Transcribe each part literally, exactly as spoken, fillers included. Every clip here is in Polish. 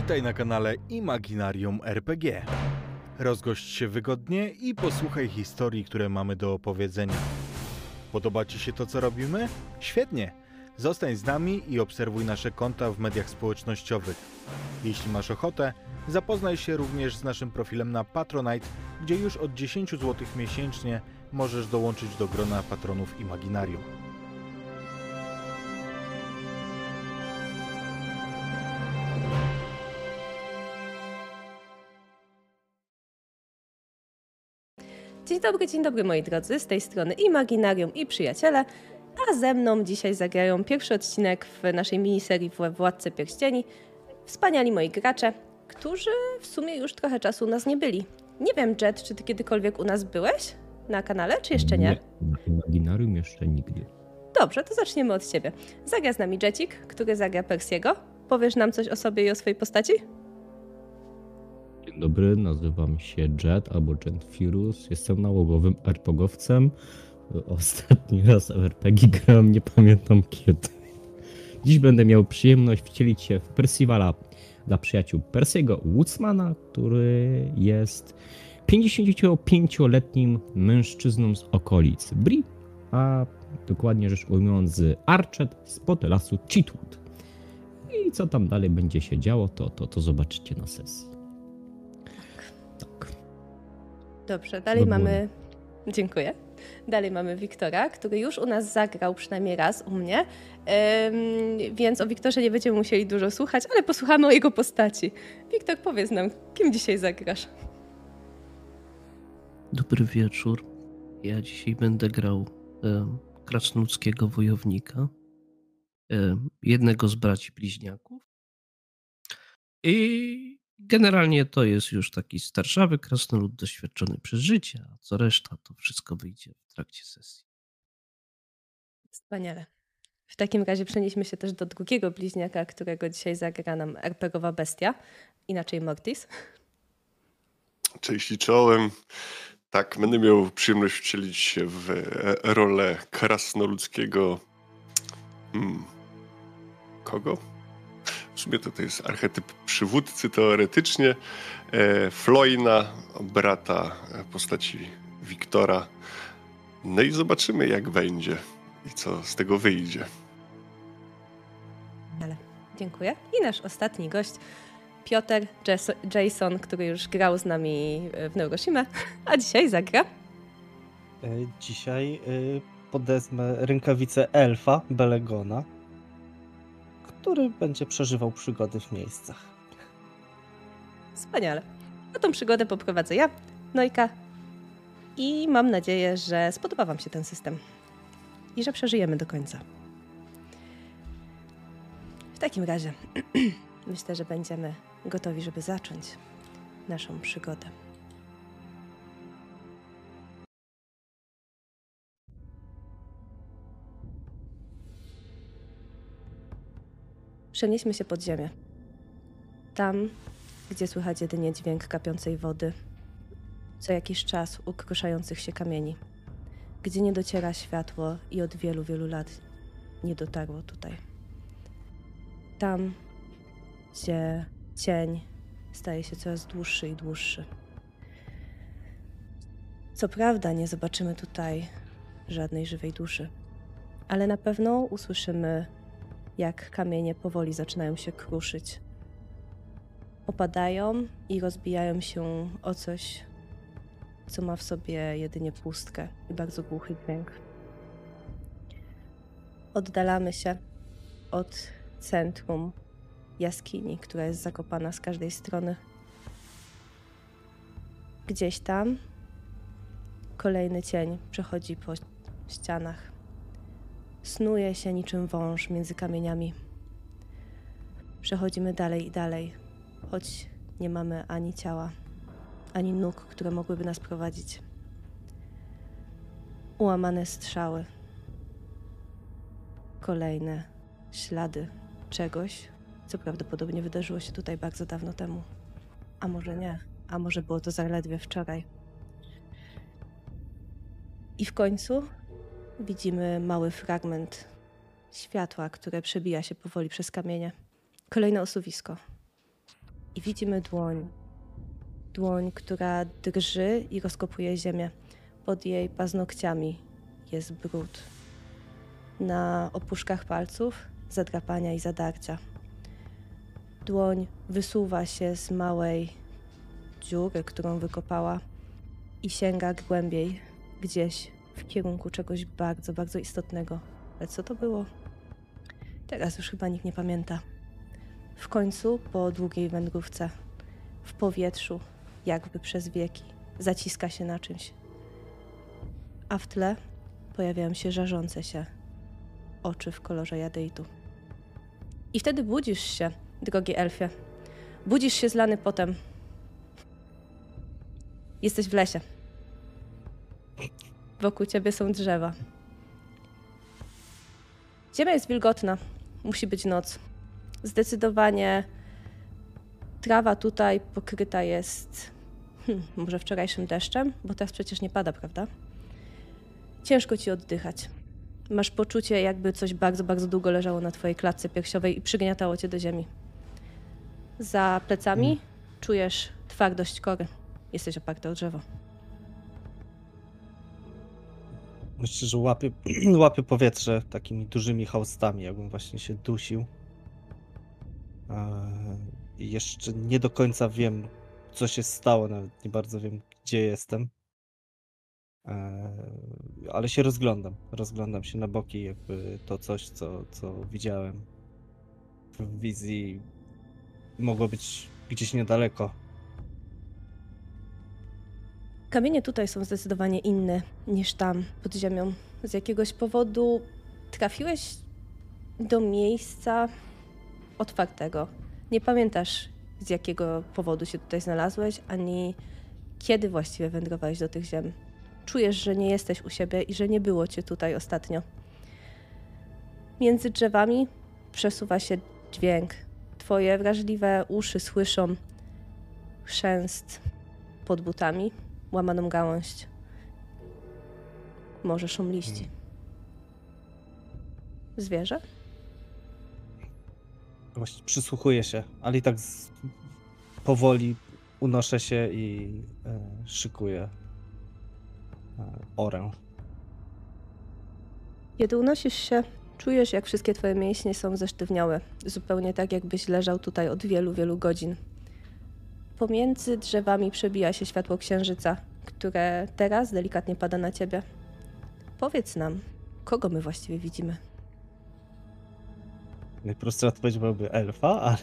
Witaj na kanale Imaginarium R P G. Rozgość się wygodnie i posłuchaj historii, które mamy do opowiedzenia. Podoba Ci się to, co robimy? Świetnie! Zostań z nami i obserwuj nasze konta w mediach społecznościowych. Jeśli masz ochotę, zapoznaj się również z naszym profilem na Patronite, gdzie już od dziesięć złotych miesięcznie możesz dołączyć do grona patronów Imaginarium. Dzień dobry, dzień dobry moi drodzy, z tej strony Imaginarium i przyjaciele, a ze mną dzisiaj zagrają pierwszy odcinek w naszej miniserii w Władcy Pierścieni wspaniali moi gracze, którzy w sumie już trochę czasu u nas nie byli. Nie wiem, Jet, czy ty kiedykolwiek u nas byłeś na kanale, czy jeszcze nie? Nie, na Imaginarium jeszcze nigdy. Dobrze, to zaczniemy od ciebie. Zagra z nami Jecik, który zagra Persiego. Powiesz nam coś o sobie i o swojej postaci? Dzień dobry, nazywam się Jet albo Jet Furious. Jestem nałogowym RPGowcem. Ostatni raz w R P G grałem, nie pamiętam kiedy. Dziś będę miał przyjemność wcielić się w Percivala dla przyjaciół Persiego Woodsmana, który jest pięćdziesięciopięcioletnim mężczyzną z okolic Bree, a dokładnie rzecz ujmując z Archet spod lasu Cheatwood. I co tam dalej będzie się działo, to, to, to zobaczycie na sesji. Tak. Dobrze, dalej Dobra. mamy... Dziękuję. Dalej mamy Wiktora, który już u nas zagrał przynajmniej raz u mnie, ym, więc o Wiktorze nie będziemy musieli dużo słuchać, ale posłuchamy o jego postaci. Wiktor, powiedz nam, kim dzisiaj zagrasz? Dobry wieczór. Ja dzisiaj będę grał e, krasnoludzkiego wojownika, e, jednego z braci bliźniaków. I generalnie to jest już taki starszawy krasnolud doświadczony przez życie, a co reszta to wszystko wyjdzie w trakcie sesji. Wspaniale. W takim razie przenieśmy się też do drugiego bliźniaka, którego dzisiaj zagra nam RPGowa bestia, inaczej Mortis. Cześć i czołem. Tak, będę miał przyjemność wcielić się w rolę krasnoludzkiego... Hmm. Kogo? W sumie to, to jest archetyp przywódcy teoretycznie. E, Floyna, brata postaci Wiktora. No i zobaczymy, jak będzie i co z tego wyjdzie. Ale dziękuję. I nasz ostatni gość, Piotr Jas- Jason, który już grał z nami w Neuroshima, a dzisiaj zagra. E, Dzisiaj y, podezmę rękawicę elfa Belegona, który będzie przeżywał przygody w miejscach. Wspaniale. A tą przygodę poprowadzę ja, Nojka, i mam nadzieję, że spodoba wam się ten system i że przeżyjemy do końca. W takim razie myślę, że będziemy gotowi, żeby zacząć naszą przygodę. Przenieśmy się pod ziemię. Tam, gdzie słychać jedynie dźwięk kapiącej wody, co jakiś czas ukruszających się kamieni, gdzie nie dociera światło i od wielu, wielu lat nie dotarło tutaj. Tam, gdzie cień staje się coraz dłuższy i dłuższy. Co prawda nie zobaczymy tutaj żadnej żywej duszy, ale na pewno usłyszymy, jak kamienie powoli zaczynają się kruszyć. Opadają i rozbijają się o coś, co ma w sobie jedynie pustkę i bardzo głuchy dźwięk. Oddalamy się od centrum jaskini, która jest zakopana z każdej strony. Gdzieś tam kolejny cień przechodzi po ścianach. Snuje się niczym wąż między kamieniami. Przechodzimy dalej i dalej, choć nie mamy ani ciała, ani nóg, które mogłyby nas prowadzić. Ułamane strzały. Kolejne ślady czegoś, co prawdopodobnie wydarzyło się tutaj bardzo dawno temu. A może nie, a może było to zaledwie wczoraj. I w końcu widzimy mały fragment światła, które przebija się powoli przez kamienie. Kolejne osuwisko. i widzimy dłoń. Dłoń, która drży i rozkopuje ziemię. Pod jej paznokciami jest brud. Na opuszkach palców zadrapania i zadarcia. Dłoń wysuwa się z małej dziury, którą wykopała i sięga głębiej, gdzieś w kierunku czegoś bardzo, bardzo istotnego. Ale co to było? Teraz już chyba nikt nie pamięta. W końcu, po długiej wędrówce, w powietrzu, jakby przez wieki, zaciska się na czymś. A w tle pojawiają się żarzące się oczy w kolorze jadeitu. I wtedy budzisz się, drogi elfie. Budzisz się zlany potem. Jesteś w lesie. Wokół ciebie są drzewa. Ziemia jest wilgotna. Musi być noc. Zdecydowanie trawa tutaj pokryta jest hmm, może wczorajszym deszczem, bo teraz przecież nie pada, prawda? Ciężko ci oddychać. Masz poczucie, jakby coś bardzo, bardzo długo leżało na twojej klatce piersiowej i przygniatało cię do ziemi. Za plecami hmm. czujesz twardość kory. Jesteś oparty o drzewo. Myślę, że łapię, łapię powietrze takimi dużymi haustami, jakbym właśnie się dusił. I jeszcze nie do końca wiem, co się stało, nawet nie bardzo wiem, gdzie jestem. Ale się rozglądam. Rozglądam się na boki, jakby to coś, co, co widziałem w wizji, mogło być gdzieś niedaleko. Kamienie tutaj są zdecydowanie inne niż tam, pod ziemią. Z jakiegoś powodu trafiłeś do miejsca otwartego. Nie pamiętasz, z jakiego powodu się tutaj znalazłeś, ani kiedy właściwie wędrowałeś do tych ziem. Czujesz, że nie jesteś u siebie i że nie było cię tutaj ostatnio. Między drzewami przesuwa się dźwięk. Twoje wrażliwe uszy słyszą chrzęst pod butami, łamaną gałąź. Może szum liści. Zwierzę? Właśnie przysłuchuję się, ale i tak z... powoli unoszę się i e, szykuję e, orę. Kiedy unosisz się, czujesz, jak wszystkie twoje mięśnie są zesztywniałe. Zupełnie tak, jakbyś leżał tutaj od wielu, wielu godzin. Pomiędzy drzewami przebija się światło księżyca, które teraz delikatnie pada na ciebie. Powiedz nam, kogo my właściwie widzimy? Najprostsza odpowiedź byłaby elfa, ale...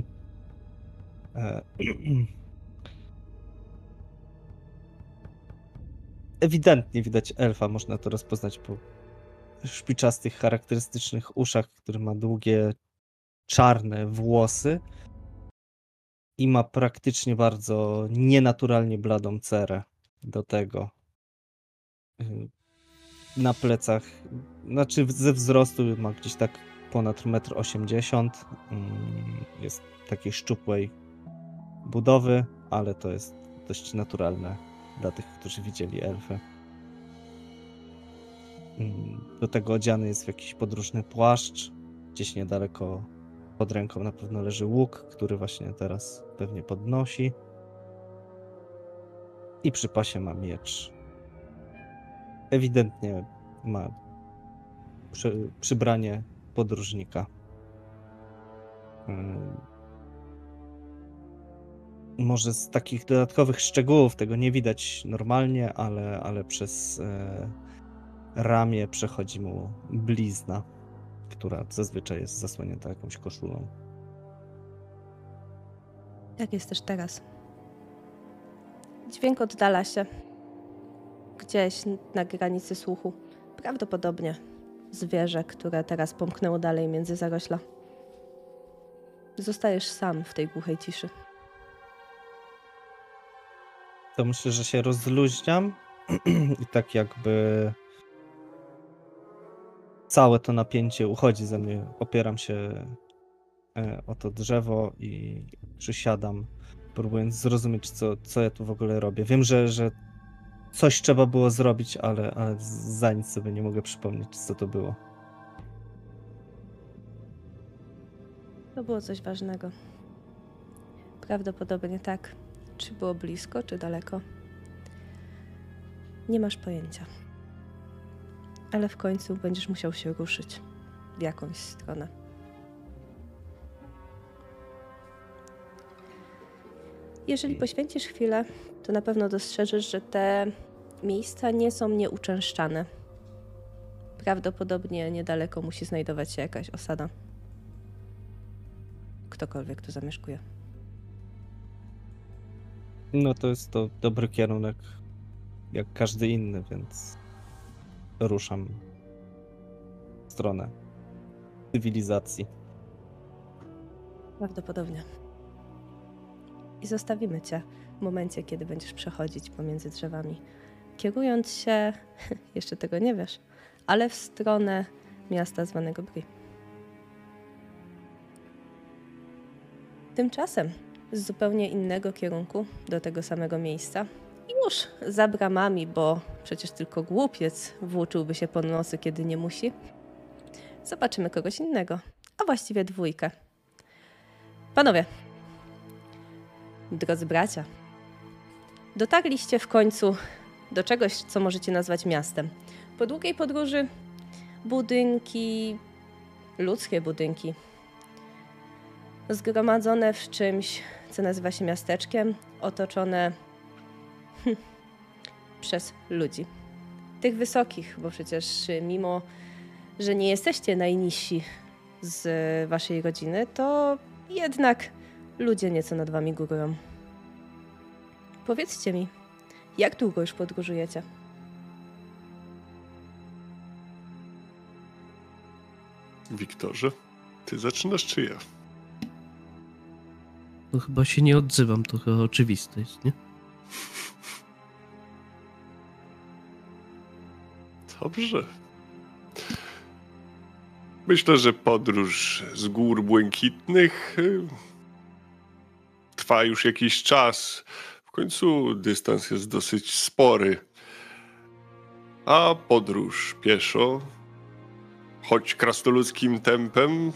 Ewidentnie widać elfa, można to rozpoznać po szpiczastych, charakterystycznych uszach, który ma długie, czarne włosy i ma praktycznie bardzo nienaturalnie bladą cerę do tego. Na plecach, znaczy ze wzrostu ma gdzieś tak ponad metr osiemdziesiąt. Jest takiej szczupłej budowy, ale to jest dość naturalne dla tych, którzy widzieli elfy. Do tego odziany jest w jakiś podróżny płaszcz. Gdzieś niedaleko pod ręką na pewno leży łuk, który właśnie teraz pewnie podnosi. I przy pasie ma miecz. Ewidentnie ma przy, przybranie podróżnika. Może z takich dodatkowych szczegółów tego nie widać normalnie, ale, ale przez e, ramię przechodzi mu blizna, która zazwyczaj jest zasłonięta jakąś koszulą. Tak jest też teraz. Dźwięk oddala się. Gdzieś na granicy słuchu. Prawdopodobnie zwierzę, które teraz pomknęło dalej między zarośla. Zostajesz sam w tej głuchej ciszy. To myślę, że się rozluźniam i tak jakby całe to napięcie uchodzi ze mnie. Opieram się o to drzewo i przysiadam, próbując zrozumieć, co, co ja tu w ogóle robię. Wiem, że, że coś trzeba było zrobić, ale, ale za nic sobie nie mogę przypomnieć, co to było. To było coś ważnego. Prawdopodobnie tak. Czy było blisko, czy daleko? Nie masz pojęcia. Ale w końcu będziesz musiał się ruszyć w jakąś stronę. Jeżeli poświęcisz chwilę, to na pewno dostrzeżysz, że te miejsca nie są nieuczęszczane. Prawdopodobnie niedaleko musi znajdować się jakaś osada. Ktokolwiek tu zamieszkuje. No to jest to dobry kierunek, jak każdy inny, więc ruszam w stronę cywilizacji. Prawdopodobnie. I zostawimy cię w momencie, kiedy będziesz przechodzić pomiędzy drzewami, kierując się, jeszcze tego nie wiesz, ale w stronę miasta zwanego Bri. Tymczasem z zupełnie innego kierunku do tego samego miejsca, już za bramami, bo przecież tylko głupiec włóczyłby się po nosy, kiedy nie musi, zobaczymy kogoś innego, a właściwie dwójkę. Panowie, drodzy bracia, dotarliście w końcu do czegoś, co możecie nazwać miastem. Po długiej podróży budynki, ludzkie budynki, zgromadzone w czymś, co nazywa się miasteczkiem, otoczone hm, przez ludzi. Tych wysokich, bo przecież mimo, że nie jesteście najniżsi z waszej rodziny, to jednak ludzie nieco nad wami górują. Powiedzcie mi, jak długo już podróżujecie? Wiktorze, ty zaczynasz czy ja? No chyba się nie odzywam, to chyba oczywiste jest, nie? Dobrze. Myślę, że podróż z gór błękitnych y, trwa już jakiś czas. W końcu dystans jest dosyć spory. A podróż pieszo, choć krasnoludzkim tempem,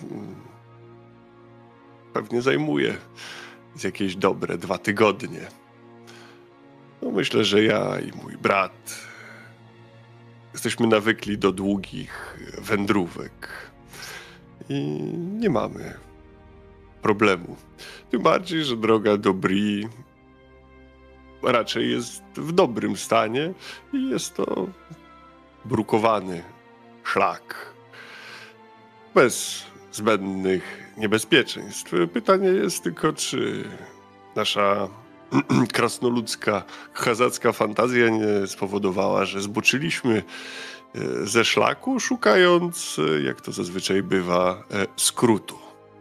pewnie zajmuje z jakieś dobre dwa tygodnie. No myślę, że ja i mój brat jesteśmy nawykli do długich wędrówek i nie mamy problemu. Tym bardziej, że droga do Bri raczej jest w dobrym stanie i jest to brukowany szlak. Bez zbędnych niebezpieczeństw. Pytanie jest tylko, czy nasza krasnoludzka, chazacka fantazja nie spowodowała, że zboczyliśmy ze szlaku, szukając, jak to zazwyczaj bywa, skrótu.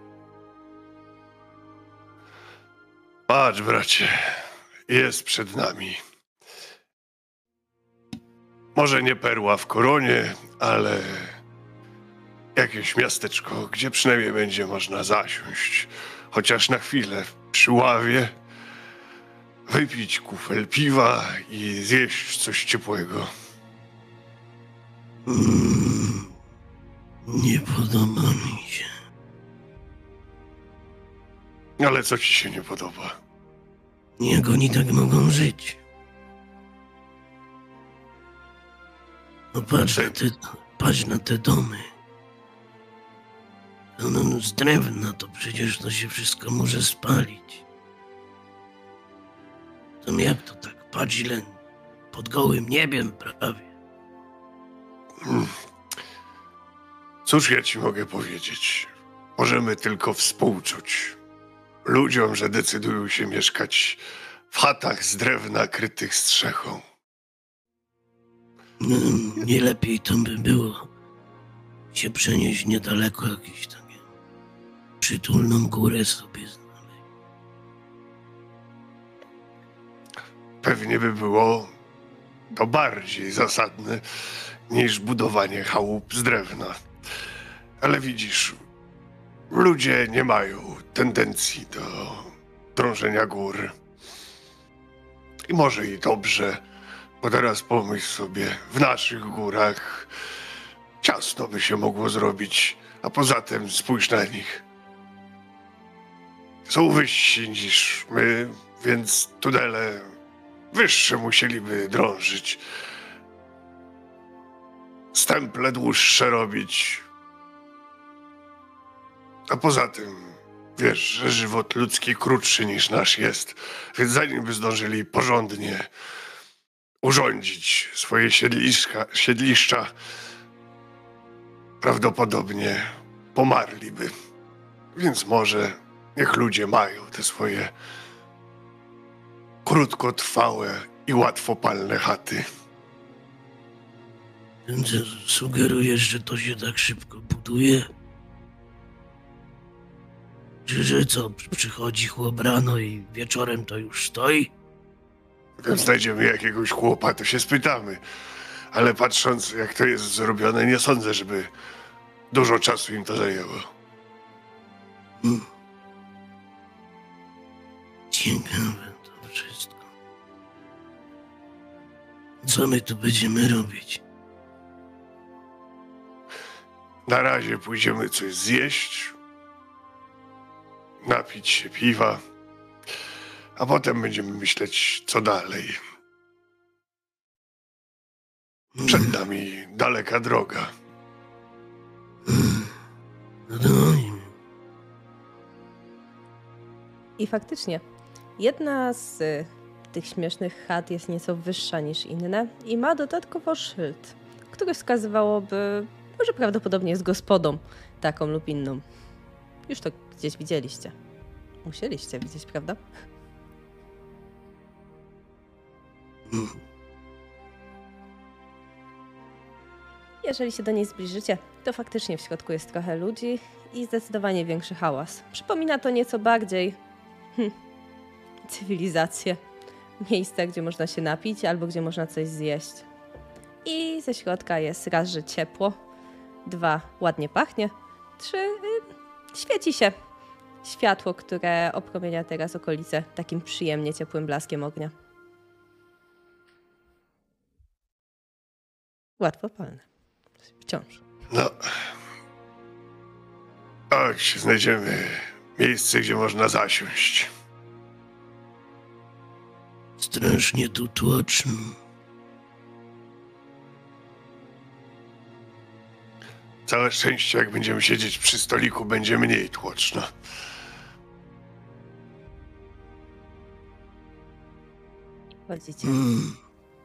Patrz, bracie, jest przed nami. Może nie perła w koronie, ale jakieś miasteczko, gdzie przynajmniej będzie można zasiąść, chociaż na chwilę przy ławie, wypić kufel piwa i zjeść coś ciepłego. Mm, nie podoba mi się. Ale co ci się nie podoba? Jak oni tak mogą żyć? No patrz na te, patrz na te domy. No, z drewna to przecież to się wszystko może spalić. To jak to tak? Patrz ile pod gołym niebiem prawie. Hmm. Cóż ja ci mogę powiedzieć? Możemy tylko współczuć ludziom, że decydują się mieszkać w chatach z drewna krytych strzechą. No, nie lepiej to by było się przenieść niedaleko, jakieś takie przytulną górę sobie znaleźć. Pewnie by było to bardziej zasadne niż budowanie chałup z drewna. Ale widzisz, ludzie nie mają tendencji do drążenia gór. I może i dobrze, bo teraz pomyśl sobie, w naszych górach ciasno by się mogło zrobić, a poza tym spójrz na nich. są wyżsi niż my, więc tunele wyższe musieliby drążyć. Stemple dłuższe robić. A poza tym, wiesz, że żywot ludzki krótszy niż nasz jest, więc zanim by zdążyli porządnie urządzić swoje siedliska, siedliszcza, prawdopodobnie pomarliby. Więc może niech ludzie mają te swoje krótkotrwałe i łatwopalne chaty. Więc sugerujesz, że to się tak szybko buduje? Czy że co, przychodzi chłop rano i wieczorem to już stoi? Więc znajdziemy jakiegoś chłopa, to się spytamy. Ale patrząc, jak to jest zrobione, nie sądzę, żeby dużo czasu im to zajęło. Hmm. Ciekawe to wszystko. Co my tu będziemy robić? Na razie pójdziemy coś zjeść, napić się piwa, a potem będziemy myśleć, co dalej. Przed nami daleka droga. No to I faktycznie, jedna z y, tych śmiesznych chat jest nieco wyższa niż inne i ma dodatkowo szyld, który wskazywałoby, że prawdopodobnie jest gospodą taką lub inną. Już to gdzieś widzieliście. Musieliście widzieć, prawda? Jeżeli się do niej zbliżycie, to faktycznie w środku jest trochę ludzi i zdecydowanie większy hałas. Przypomina to nieco bardziej hm, cywilizację. Miejsce, gdzie można się napić albo gdzie można coś zjeść. I ze środka jest raz, że ciepło, dwa, ładnie pachnie, trzy, y, świeci się światło, które opromienia teraz okolice takim przyjemnie ciepłym blaskiem ognia. Łatwopalne. Wciąż. No. Chodź, znajdziemy miejsce, gdzie można zasiąść. strasznie tu tłoczno. Całe szczęście, jak będziemy siedzieć przy stoliku, będzie mniej tłoczno. Chodzicie Mm.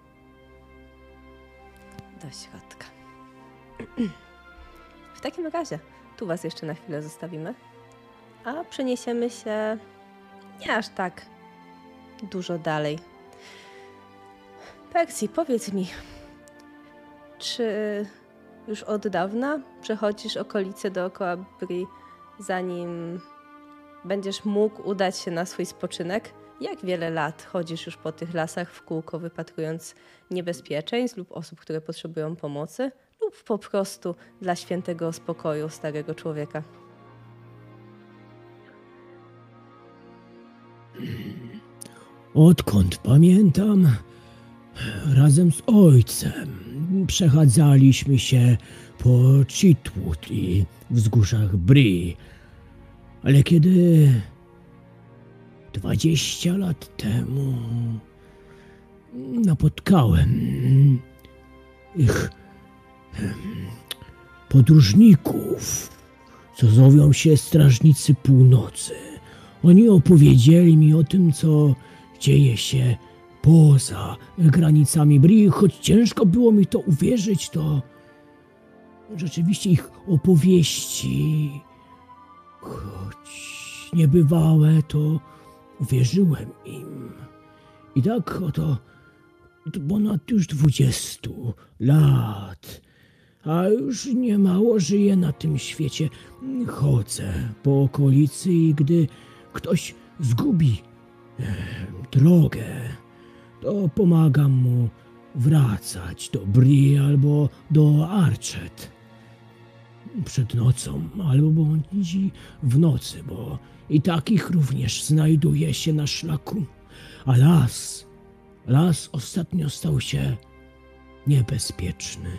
do środka. W takim razie, tu was jeszcze na chwilę zostawimy, a przeniesiemy się nie aż tak dużo dalej. Percy, powiedz mi, czy już od dawna przechodzisz okolice dookoła Bree, zanim będziesz mógł udać się na swój spoczynek? Jak wiele lat chodzisz już po tych lasach w kółko, wypatrując niebezpieczeństw lub osób, które potrzebują pomocy, lub po prostu dla świętego spokoju starego człowieka? Odkąd pamiętam, razem z ojcem przechadzaliśmy się po Chitwood i wzgórzach Bree, ale kiedy dwadzieścia lat temu napotkałem ich podróżników, co zowią się Strażnicy Północy. Oni opowiedzieli mi o tym, co dzieje się poza granicami Bree. Choć ciężko było mi to uwierzyć, to rzeczywiście ich opowieści, choć niebywałe, to uwierzyłem im. I tak oto od ponad już dwudziestu lat, a już niemało żyję na tym świecie. Chodzę po okolicy i gdy ktoś zgubi e, drogę, to pomagam mu wracać do Bree albo do Archet. Przed nocą albo bądź w nocy, bo i takich również znajduje się na szlaku. A las, las ostatnio stał się niebezpieczny.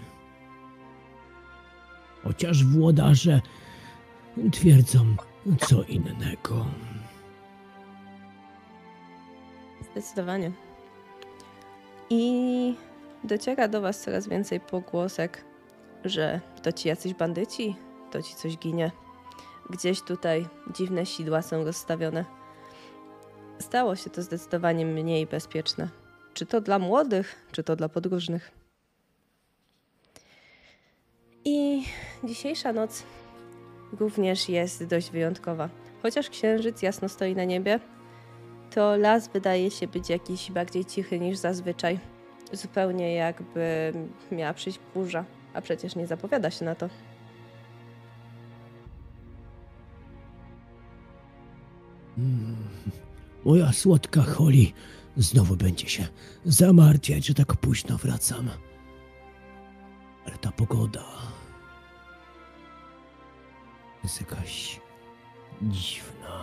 Chociaż włodarze twierdzą co innego. Zdecydowanie. I dociera do was coraz więcej pogłosek, że to ci jacyś bandyci, to ci coś ginie. Gdzieś tutaj dziwne sidła są rozstawione. Stało się to zdecydowanie mniej bezpieczne. Czy to dla młodych, czy to dla podróżnych. I dzisiejsza noc również jest dość wyjątkowa. Chociaż księżyc jasno stoi na niebie, to las wydaje się być jakiś bardziej cichy niż zazwyczaj. Zupełnie jakby miała przyjść burza, a przecież nie zapowiada się na to. Mm, moja słodka Holly znowu będzie się zamartwiać, że tak późno wracam. Ale ta pogoda jest jakaś dziwna.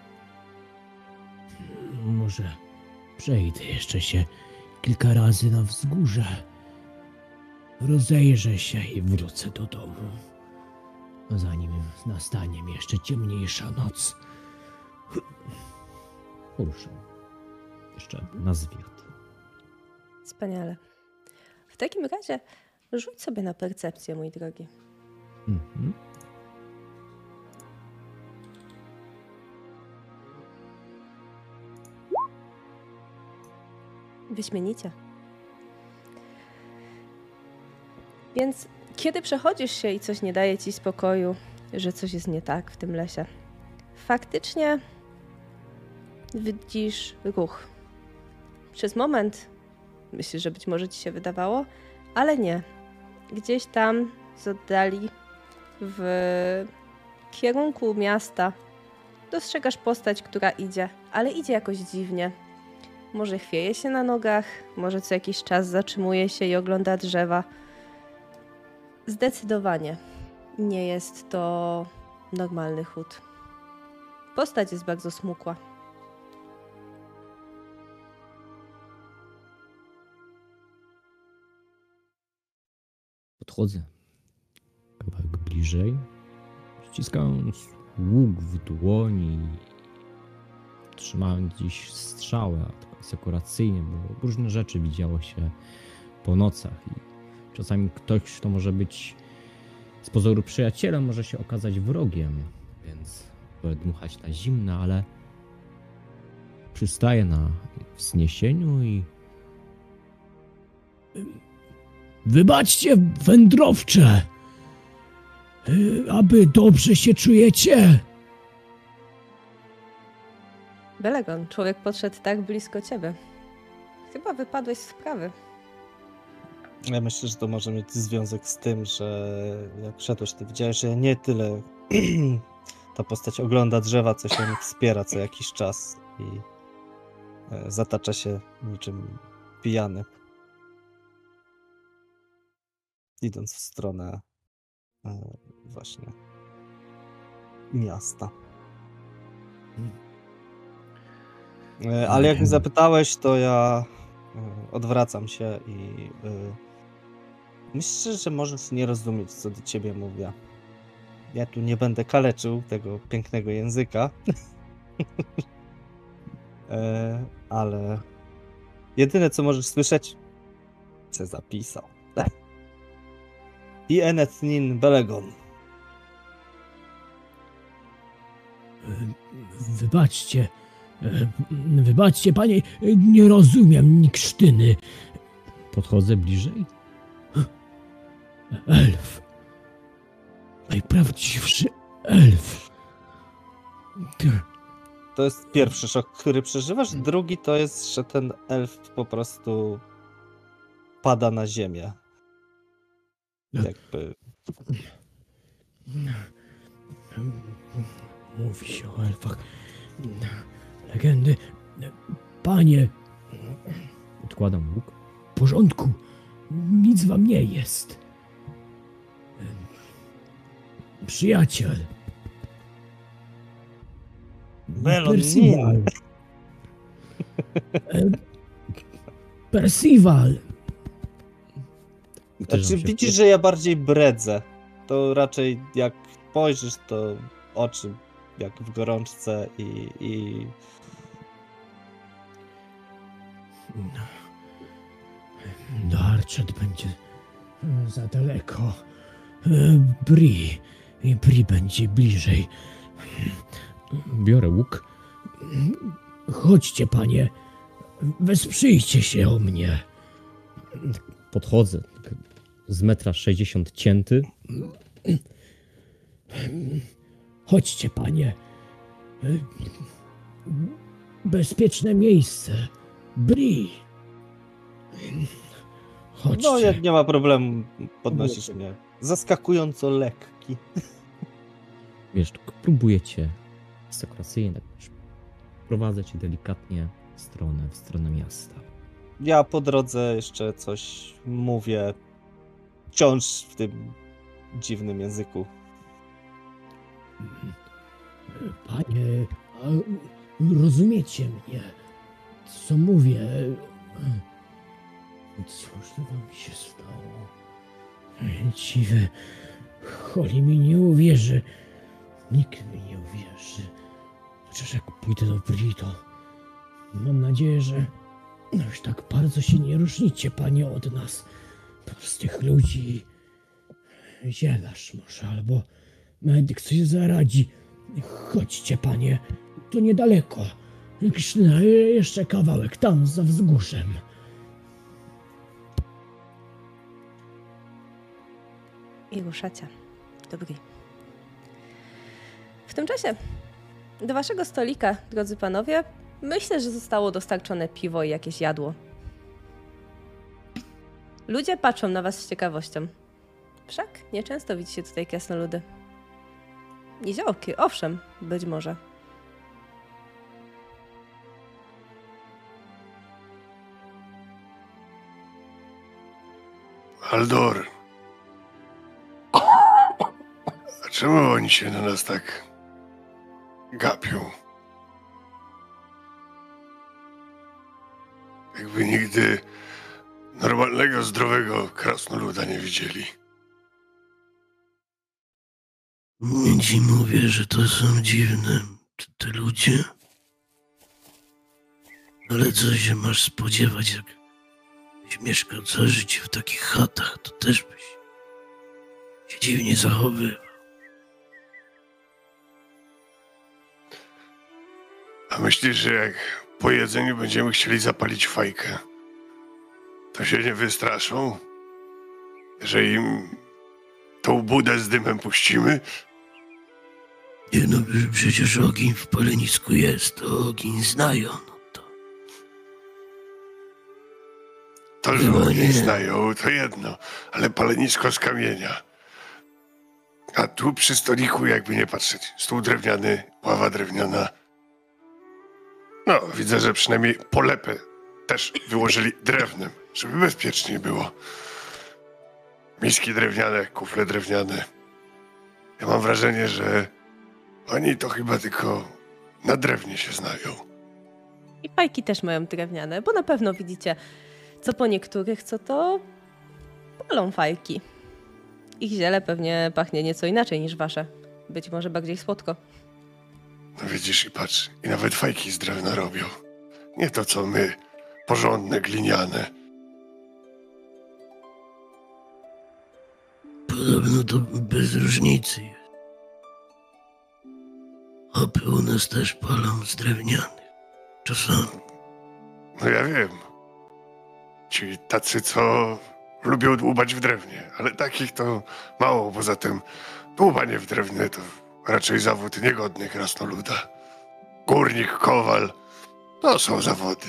Może przejdę jeszcze się kilka razy na wzgórze. Rozejrzę się i wrócę do domu. Zanim nastanie mi jeszcze ciemniejsza noc. Ruszam. Jeszcze na zwiat. Wspaniale. W takim razie rzuć sobie na percepcję, mój drogi. Mhm. Wyśmienicie. Więc kiedy przechodzisz się i coś nie daje ci spokoju, że coś jest nie tak w tym lesie, faktycznie widzisz ruch. Przez moment myślisz, że być może ci się wydawało, ale nie. Gdzieś tam z oddali w kierunku miasta dostrzegasz postać, która idzie, ale idzie jakoś dziwnie. Może chwieje się na nogach, może co jakiś czas zatrzymuje się i ogląda drzewa. Zdecydowanie nie jest to normalny chód. Postać jest bardzo smukła. Podchodzę kawałek bliżej, ściskając łuk w dłoni, trzymając dziś strzałę, a tak asekuracyjnie, bo różne rzeczy widziało się po nocach i czasami ktoś, kto może być z pozoru przyjacielem, może się okazać wrogiem, więc wolę dmuchać na zimne, ale przystaję na wzniesieniu i Wybaczcie, wędrowcze! Y, Aby dobrze się czujecie? Belegon, człowiek podszedł tak blisko ciebie. Chyba wypadłeś z sprawy. Ja myślę, że to może mieć związek z tym, że jak szedłeś, to widziałeś, że nie tyle ta postać ogląda drzewa, co się wspiera co jakiś czas i e, zatacza się niczym pijany. Idąc w stronę e, właśnie miasta. E, ale jak mnie zapytałeś, to ja e, odwracam się i e, myślę, że możesz nie rozumieć, co do ciebie mówię. Ja tu nie będę kaleczył tego pięknego języka, e, ale jedyne, co możesz słyszeć, co zapisał. I Enet nin Belegon. Y, Wybaczcie, y, wybaczcie, panie, y, nie rozumiem niksztyny. podchodzę bliżej. Elf. Najprawdziwszy elf. Ty- To jest pierwszy szok, który przeżywasz. Drugi to jest, że ten elf po prostu pada na ziemię. Jakby Mówi się o elfach. Legendy. Panie, Odkładam łuk. w porządku. Nic wam nie jest. Przyjaciel. Melon Percival. nin. E, Percival. Uderzam Znaczy, się w widzisz, plecy. że ja bardziej bredzę. To raczej jak spojrzysz, to oczy jak w gorączce i, i Darczet będzie za daleko. Bri. Bri będzie bliżej. Biorę łuk. Chodźcie, panie. Wesprzyjcie się o mnie. Podchodzę. tak Z metra sześćdziesiąt cięty. Chodźcie, panie. Bezpieczne miejsce. Bri. Chodźcie. No, jak nie ma problemu, podnosisz mnie. Zaskakująco lekki. Wiesz, tylko próbujecie sekuracyjnie, tak wiesz, prowadzę cię delikatnie w stronę, w stronę miasta. Ja po drodze jeszcze coś mówię. Wciąż w tym dziwnym języku. Panie, a rozumiecie mnie? Co mówię? Cóż to wam się stało? Dziwy, Holly mi nie uwierzy. Nikt mi nie uwierzy. Chociaż jak pójdę do Bri, to mam nadzieję, że już tak bardzo się nie różnicie, panie, od nas. Prostych ludzi. Zielarz może, albo medyk coś zaradzi. Chodźcie, panie, to niedaleko. Jeszcze kawałek, tam za wzgórzem. I ruszacie do Bri. W tym czasie do waszego stolika, drodzy panowie, myślę, że zostało dostarczone piwo i jakieś jadło. Ludzie patrzą na was z ciekawością. Wszak nieczęsto widzicie tutaj krasnoludy. Niziołki, owszem, być może. Aldor. A czemu oni się na nas tak gapią? Jakby nigdy normalnego, zdrowego krasnoluda nie widzieli. Nie ci mówię, że to są dziwne te, te ludzie. Ale co się masz spodziewać, jak byś mieszkał całe życie w takich chatach, to też byś się dziwnie zachowywał. A myślisz, że jak po jedzeniu będziemy chcieli zapalić fajkę, to się nie wystraszą? Że im tą budę z dymem puścimy? Nie no, przecież ogień w palenisku jest, to ogień znają, no to... To, że Chyba ogień nie. znają, to jedno, ale palenisko z kamienia. A tu przy stoliku, jakby nie patrzeć, stół drewniany, ława drewniana. No, widzę, że przynajmniej polepę też wyłożyli drewnem, żeby bezpieczniej było. Miski drewniane, kufle drewniane. Ja mam wrażenie, że oni to chyba tylko na drewnie się znają. I fajki też mają drewniane, bo na pewno widzicie, co po niektórych, co to palą fajki. Ich ziele pewnie pachnie nieco inaczej niż wasze. Być może bardziej słodko. No widzisz i patrz, i nawet fajki z drewna robią. Nie to co my, porządne, gliniane. Podobno to bez różnicy jest. Hopy u nas też palą z drewnianych. Czasami. No ja wiem. Ci tacy, co lubią dłubać w drewnie, ale takich to mało. Poza tym dłubanie w drewnie to raczej zawód niegodny krasnoluda. Górnik, kowal, to są zawody.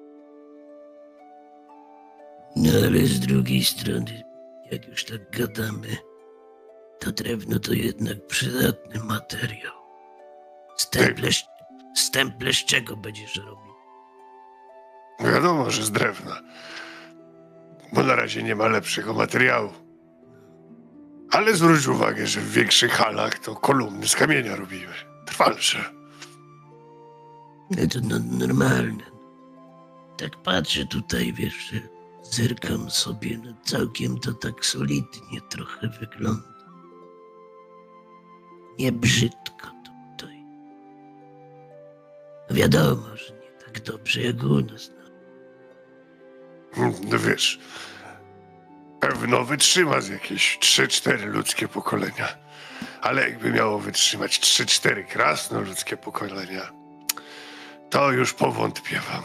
No ale z drugiej strony, jak już tak gadamy, to drewno to jednak przydatny materiał. Stemple, z- stemple z czego będziesz robił? No wiadomo, że z drewna. Bo na razie nie ma lepszego materiału. Ale zwróć uwagę, że w większych halach to kolumny z kamienia robimy. Trwalsze. No to no, normalne. Tak patrzę tutaj, wiesz, że zerkam sobie, no całkiem to tak solidnie trochę wygląda. Nie brzydko tutaj. No wiadomo, że nie tak dobrze jak u nas. No. No wiesz, pewno wytrzyma z jakieś trzy cztery ludzkie pokolenia. Ale jakby miało wytrzymać trzy cztery krasnoludzkie pokolenia, to już powątpiewam.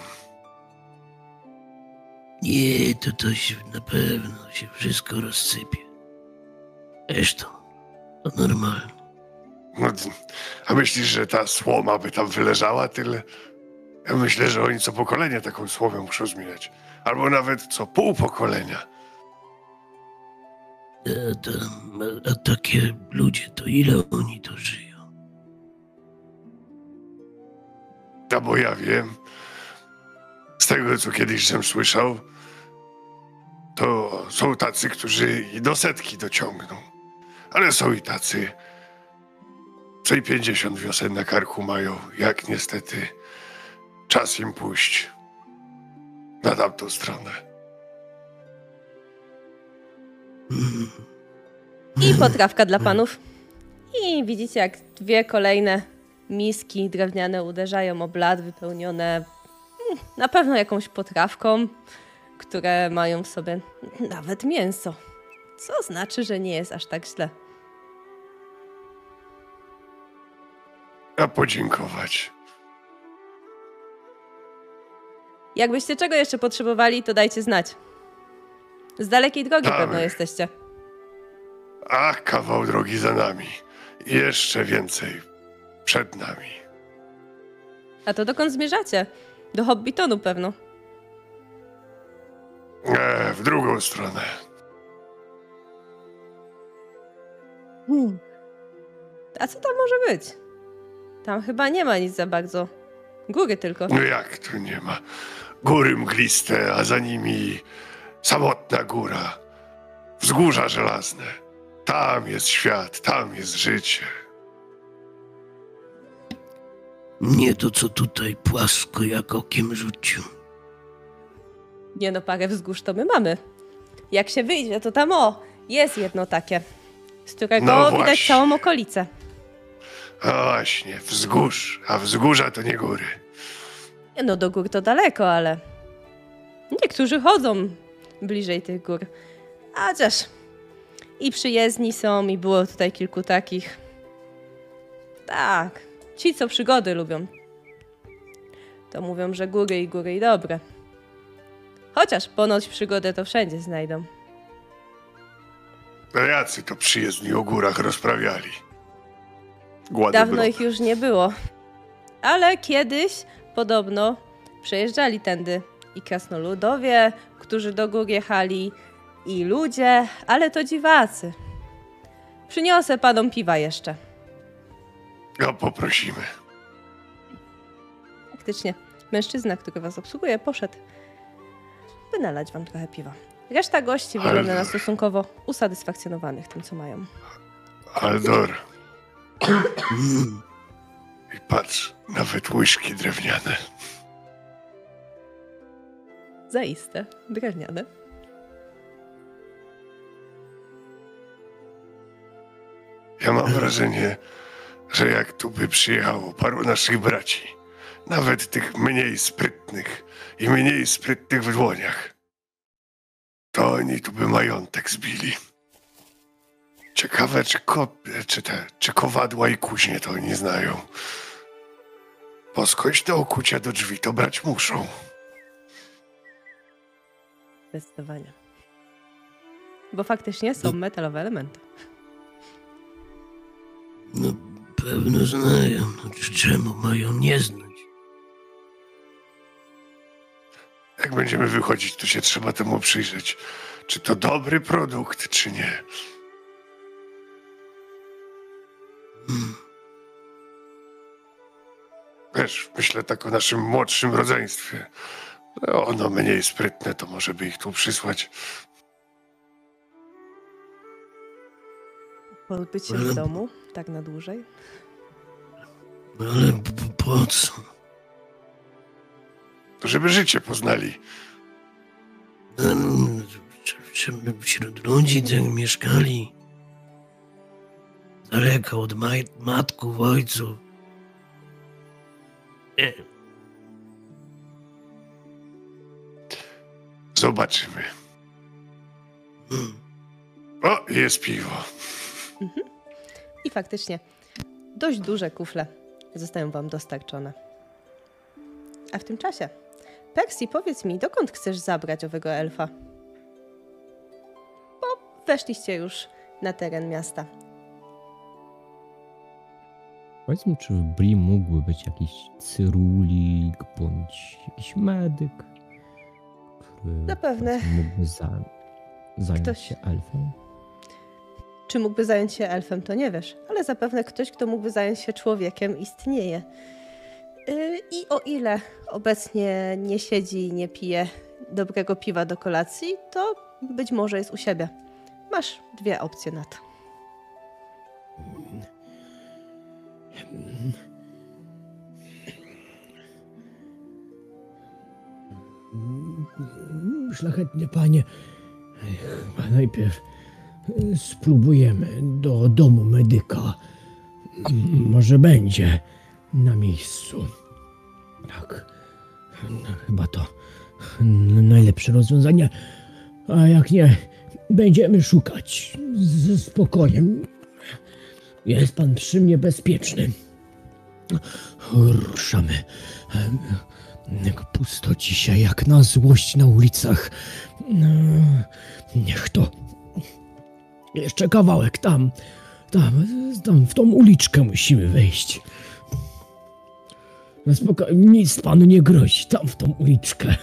Nie, to to się na pewno się wszystko rozsypie. Zresztą, to normalne. No, a myślisz, że ta słoma by tam wyleżała tyle? Ja myślę, że oni co pokolenie taką słomę muszą zmieniać. Albo nawet co pół pokolenia. A, to, a, a takie ludzie, to ile oni to żyją? No bo ja wiem, z tego co kiedyś żem słyszał, to są tacy, którzy i do setki dociągną. Ale są i tacy, co i pięćdziesiąt wiosen na karku mają, jak niestety czas im pójść na tamtą stronę. I potrawka dla panów. I widzicie, jak dwie kolejne miski drewniane uderzają o blat wypełnione mm, na pewno jakąś potrawką, które mają w sobie nawet mięso. Co znaczy, że nie jest aż tak źle. A podziękować. Jakbyście czego jeszcze potrzebowali, to dajcie znać. Z dalekiej drogi Damy. pewno jesteście. Ach, kawał drogi za nami. I jeszcze więcej przed nami. A to dokąd zmierzacie? Do Hobbitonu pewno. E, w drugą stronę. Hmm. A co tam może być? Tam chyba nie ma nic za bardzo. Góry tylko. No jak tu nie ma? Góry mgliste, a za nimi samotna góra. Wzgórza żelazne. Tam jest świat, tam jest życie. Nie to, co tutaj płasko jak okiem rzucił. Nie no, parę wzgórz to my mamy. Jak się wyjdzie, to tam o, jest jedno takie, z którego No widać właśnie. całą okolicę. A właśnie, wzgórz, a wzgórza to nie góry. Nie no, do gór to daleko, ale niektórzy chodzą bliżej tych gór. A chociaż i przyjezdni są, i było tutaj kilku takich. Tak, ci, co przygody lubią, to mówią, że góry i góry i dobre. Chociaż ponoć przygodę to wszędzie znajdą. No jacy to przyjezdni o górach rozprawiali. Głady Dawno brok. ich już nie było. Ale kiedyś podobno przejeżdżali tędy i krasnoludowie, którzy do gór jechali, i ludzie, ale to dziwacy. Przyniosę panom piwa jeszcze. No poprosimy. Faktycznie, mężczyzna, który was obsługuje, poszedł, by nalać wam trochę piwa. Reszta gości Ale wygląda na dobra. stosunkowo usatysfakcjonowanych tym, co mają. Aldor. I patrz, nawet łyżki drewniane. Zaiste, drewniane. Ja mam wrażenie, że jak tu by przyjechało paru naszych braci, nawet tych mniej sprytnych i mniej sprytnych w dłoniach, to oni tu by majątek zbili. Ciekawe, czy, ko- czy, te, czy kowadła i kuźnie to oni znają. Bo skądś te okucia do drzwi to brać muszą. Zdecydowanie. Bo faktycznie są metalowe elementy. No pewno znają, no czemu mają nie znać? Jak będziemy wychodzić, to się trzeba temu przyjrzeć. Czy to dobry produkt, czy nie. Hmm. Wiesz, myślę tak o naszym młodszym rodzeństwie. No, ono mniej sprytne, to może by ich tu przysłać. Pozbyć się Ale- z domu, tak na dłużej. Ale p- po co? To żeby życie poznali. Em, Żeby wśród ludzi tak mieszkali. Daleko od maj- matków, ojców. Nie. Zobaczymy. O, jest piwo. Mhm. I faktycznie dość duże kufle zostają wam dostarczone. A w tym czasie, Percy, powiedz mi, dokąd chcesz zabrać owego elfa? Bo weszliście już na teren miasta. Powiedz mi, czy w Bri mógłby być jakiś cyrulik bądź jakiś medyk, który Zapewne. mógłby za, zająć Ktoś- się elfem? Czy mógłby zająć się elfem, to nie wiesz, ale zapewne ktoś, kto mógłby zająć się człowiekiem, istnieje. Yy, I o ile obecnie nie siedzi i nie pije dobrego piwa do kolacji, to być może jest u siebie. Masz dwie opcje na to. Szlachetny panie, chyba najpierw spróbujemy do domu medyka. Może będzie na miejscu. Tak, chyba to najlepsze rozwiązanie. A jak nie, będziemy szukać ze spokojem. Jest pan przy mnie bezpieczny. Ruszamy. Jak pusto dzisiaj, jak na złość na ulicach. No, niech to. Jeszcze kawałek tam. Tam, tam w tą uliczkę musimy wejść. No spokojnie, nic panu nie grozi. Tam w tą uliczkę.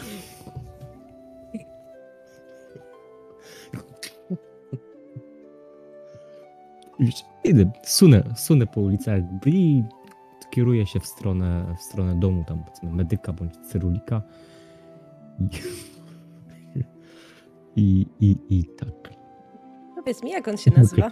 Już idę, sunę, sunę po ulicach i kieruję się w stronę, w stronę domu, tam powiedzmy medyka bądź cyrulika. I, i, i, i tak. Powiedz mi, jak on się nazywa?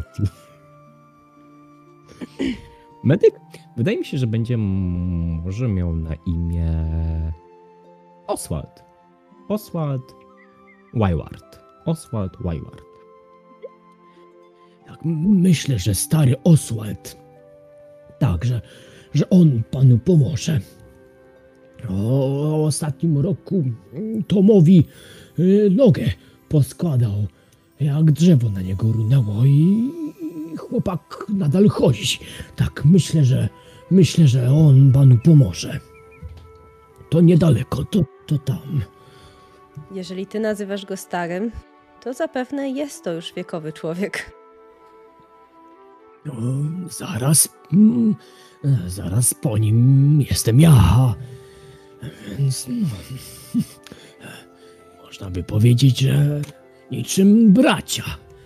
Medyk? Wydaje mi się, że będzie m- może miał na imię Oswald. Oswald Wyward. Oswald Wyward. Tak, myślę, że stary Oswald. Tak, że, że on panu pomoże. O ostatnim roku Tomowi y, nogę poskładał, jak drzewo na niego runęło i chłopak nadal chodzi. Tak, myślę, że myślę, że on panu pomoże. To niedaleko, to, to tam. Jeżeli ty nazywasz go starym, to zapewne jest to już wiekowy człowiek. No, zaraz, mm, zaraz po nim jestem ja. Więc no, można by powiedzieć, że niczym bracia.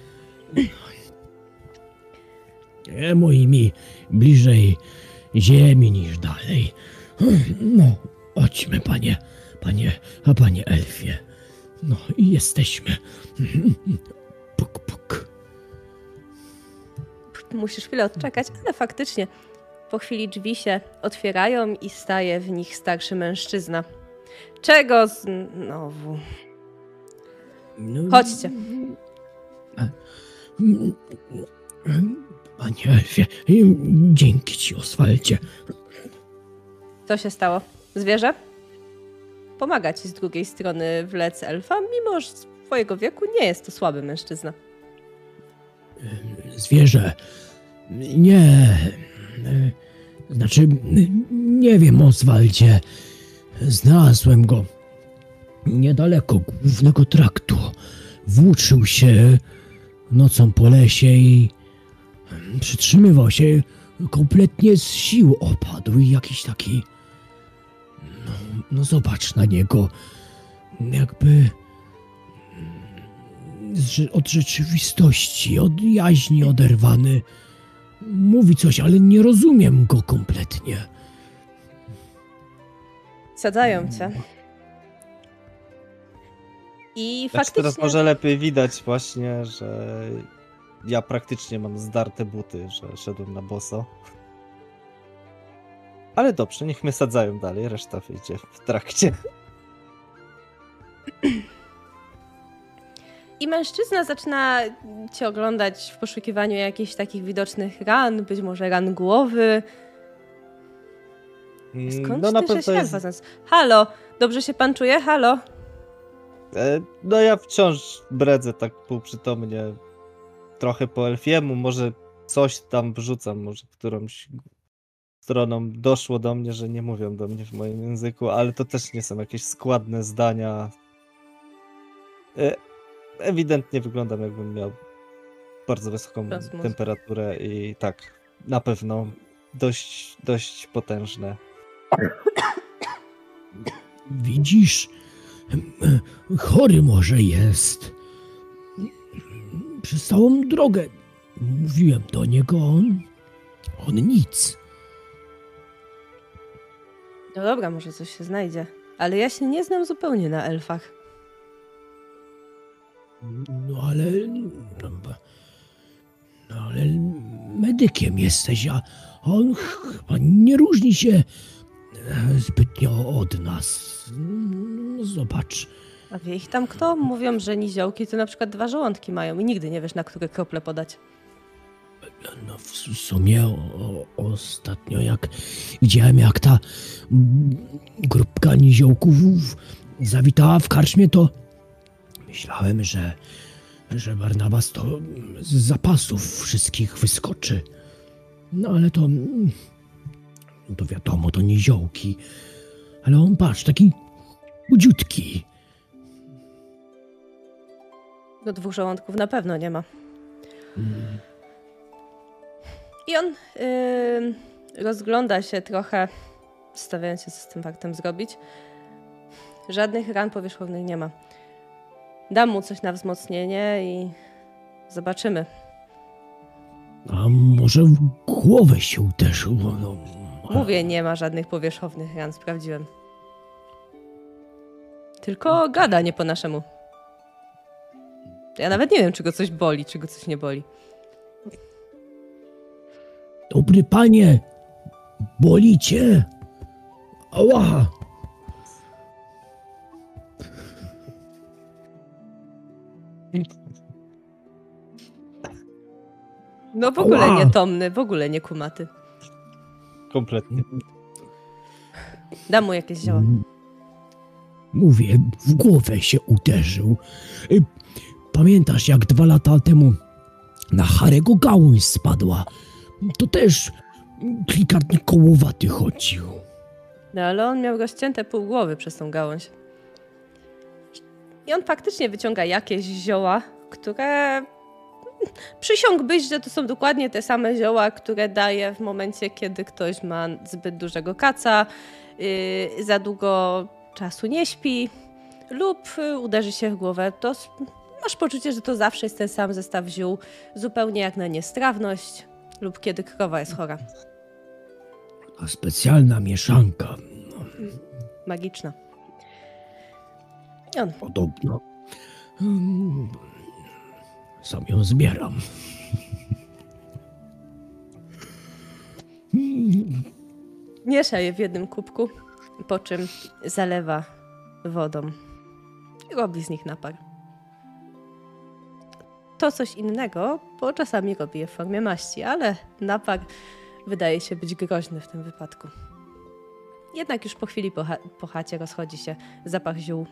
Nie moimi bliżej ziemi niż dalej. No, chodźmy, panie, panie, a panie elfie. No i jesteśmy. Puk, puk. Musisz chwilę odczekać, ale faktycznie po chwili drzwi się otwierają i staje w nich starszy mężczyzna. Czego znowu? No, Chodźcie. Panie elfie, dzięki ci, Oswaldzie. Co się stało? Zwierzę? Pomaga ci z drugiej strony wlec elfa, mimo że swojego wieku nie jest to słaby mężczyzna. Zwierzę. Nie. Znaczy, nie wiem, Oswaldzie. Znalazłem go niedaleko głównego traktu. Włóczył się nocą po lesie i przytrzymywał się. Kompletnie z sił opadł i jakiś taki... No, no zobacz na niego. Jakby... od rzeczywistości, od jaźni oderwany. Mówi coś, ale nie rozumiem go kompletnie. Sadzają cię. I Znaczy faktycznie... teraz może lepiej widać właśnie, że ja praktycznie mam zdarte buty, że szedłem na boso. Ale dobrze, niech mnie sadzają dalej, reszta wyjdzie w trakcie. I mężczyzna zaczyna cię oglądać w poszukiwaniu jakichś takich widocznych ran, być może ran głowy. Skąd No na ty pewno się jest... jest... Halo, dobrze się pan czuje? Halo? E, No ja wciąż bredzę tak półprzytomnie, trochę po elfiemu, może coś tam wrzucam, może którąś stroną doszło do mnie, że nie mówią do mnie w moim języku, ale to też nie są jakieś składne zdania. E, Ewidentnie wyglądam, jakbym miał bardzo wysoką Rozmów. temperaturę i tak, na pewno dość, dość potężne. Widzisz, chory może jest. Przez całą drogę mówiłem do niego, on, on nic. No dobra, może coś się znajdzie. Ale ja się nie znam zupełnie na elfach. No ale, no, no ale medykiem jesteś, a on chyba nie różni się zbytnio od nas. No, zobacz. A wie ich tam kto? Mówią, że niziołki to na przykład dwa żołądki mają i nigdy nie wiesz, na które krople podać. No w sumie o, o, ostatnio jak widziałem, jak ta mm, grupka niziołków zawitała w karczmie, to myślałem, że, że Barnabas to z zapasów wszystkich wyskoczy. No ale to, mm, to wiadomo, to niziołki. Ale on, patrz, taki chudziutki. No dwóch żołądków na pewno nie ma. Mm. I on yy, rozgląda się trochę, stawiając się, co z tym faktem zrobić. Żadnych ran powierzchownych nie ma. Dam mu coś na wzmocnienie i zobaczymy. A może w głowę się uderzył? No, Mówię, nie ma żadnych powierzchownych ran, sprawdziłem. Tylko gada nie po naszemu. Ja nawet nie wiem, czy go coś boli, czy go coś nie boli. Dobry panie, boli cię? Ała! No w ogóle Ała! nietomny, w ogóle nie kumaty. Kompletnie. Dam mu jakieś zioła. Mówię, w głowę się uderzył. Y, Pamiętasz, jak dwa lata temu na Harego gałąź spadła? To też delikatnie kołowaty chodził. No ale on miał rozcięte pół głowy przez tą gałąź. I on faktycznie wyciąga jakieś zioła, które... Przysiągłbyś, że to są dokładnie te same zioła, które daje w momencie, kiedy ktoś ma zbyt dużego kaca, yy, za długo czasu nie śpi lub yy, uderzy się w głowę. To s- masz poczucie, że to zawsze jest ten sam zestaw ziół, zupełnie jak na niestrawność lub kiedy krowa jest chora. A specjalna mieszanka. No, Magiczna. I on podobno. Mm, Sam ją zbieram. Mm, miesza je w jednym kubku, po czym zalewa wodą i robi z nich napar. To coś innego, bo czasami robi je w formie maści, ale napar wydaje się być groźny w tym wypadku. Jednak już po chwili po, cha- po chacie rozchodzi się zapach ziół.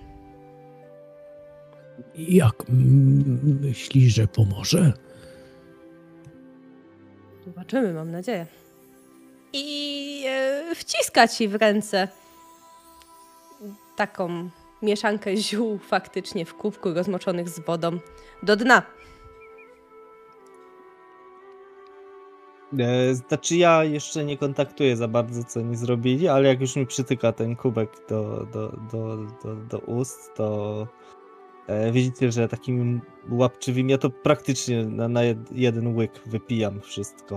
Jak mm, myślisz, że pomoże? Zobaczymy, mam nadzieję. I e, wciska ci w ręce taką mieszankę ziół faktycznie w kubku rozmoczonych z wodą do dna. E, Znaczy ja jeszcze nie kontaktuję za bardzo, co oni zrobili, ale jak już mi przytyka ten kubek do, do, do, do, do ust, to e, widzicie, że takimi łapczywymi, ja to praktycznie na, na jed, jeden łyk wypijam wszystko.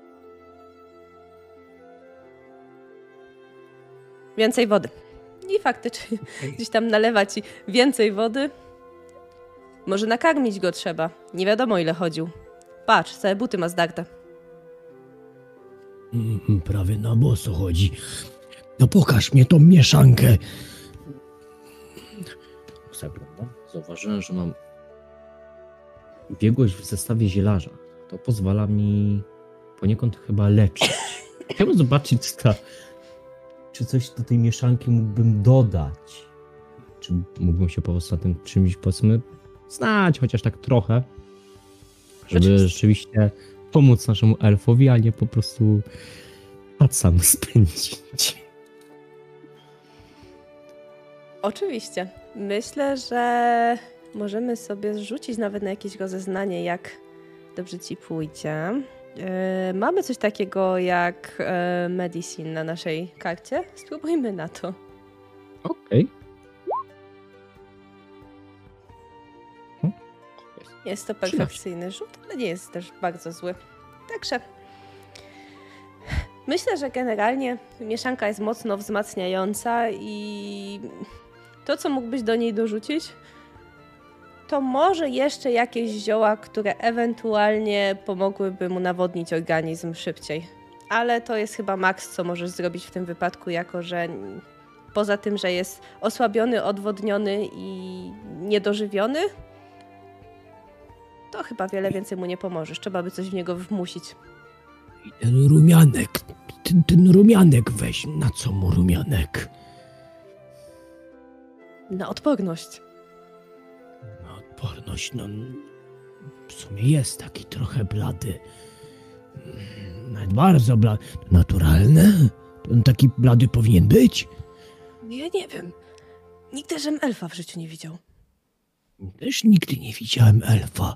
Więcej wody. I faktycznie gdzieś tam nalewa ci więcej wody. Może nakarmić go trzeba. Nie wiadomo, ile chodził. Patrz, całe buty ma zdarte. Mm, Prawie na boso chodzi. No pokaż mnie tą mieszankę. Zaglądam. Zauważyłem, że mam biegłość w zestawie zielarza. To pozwala mi poniekąd chyba leczyć. Chciałbym zobaczyć, ta, czy coś do tej mieszanki mógłbym dodać. czy mógłbym się poza tym czymś, powiedzmy, znać, chociaż tak trochę, żeby Rzeczywiście. rzeczywiście pomóc naszemu elfowi, a nie po prostu czas sam spędzić. Oczywiście. Myślę, że możemy sobie zrzucić nawet na jakieś rozeznanie, jak dobrze ci pójdzie. Yy, mamy coś takiego jak yy, medicine na naszej karcie. Spróbujmy na to. Okej. Okay. Jest to perfekcyjny rzut, ale nie jest też bardzo zły. Także myślę, że generalnie mieszanka jest mocno wzmacniająca i to, co mógłbyś do niej dorzucić, to może jeszcze jakieś zioła, które ewentualnie pomogłyby mu nawodnić organizm szybciej. Ale to jest chyba maks, co możesz zrobić w tym wypadku, jako że poza tym, że jest osłabiony, odwodniony i niedożywiony, to chyba wiele więcej mu nie pomożesz. Trzeba by coś w niego wmusić. I ten rumianek, ten, ten rumianek weź, na co mu rumianek? Na odporność. Na odporność, no w sumie jest taki trochę blady. Mm, Nawet bardzo blady. Naturalne? To on taki blady powinien być? Ja nie wiem. Nigdy żem elfa w życiu nie widział. Też nigdy nie widziałem elfa.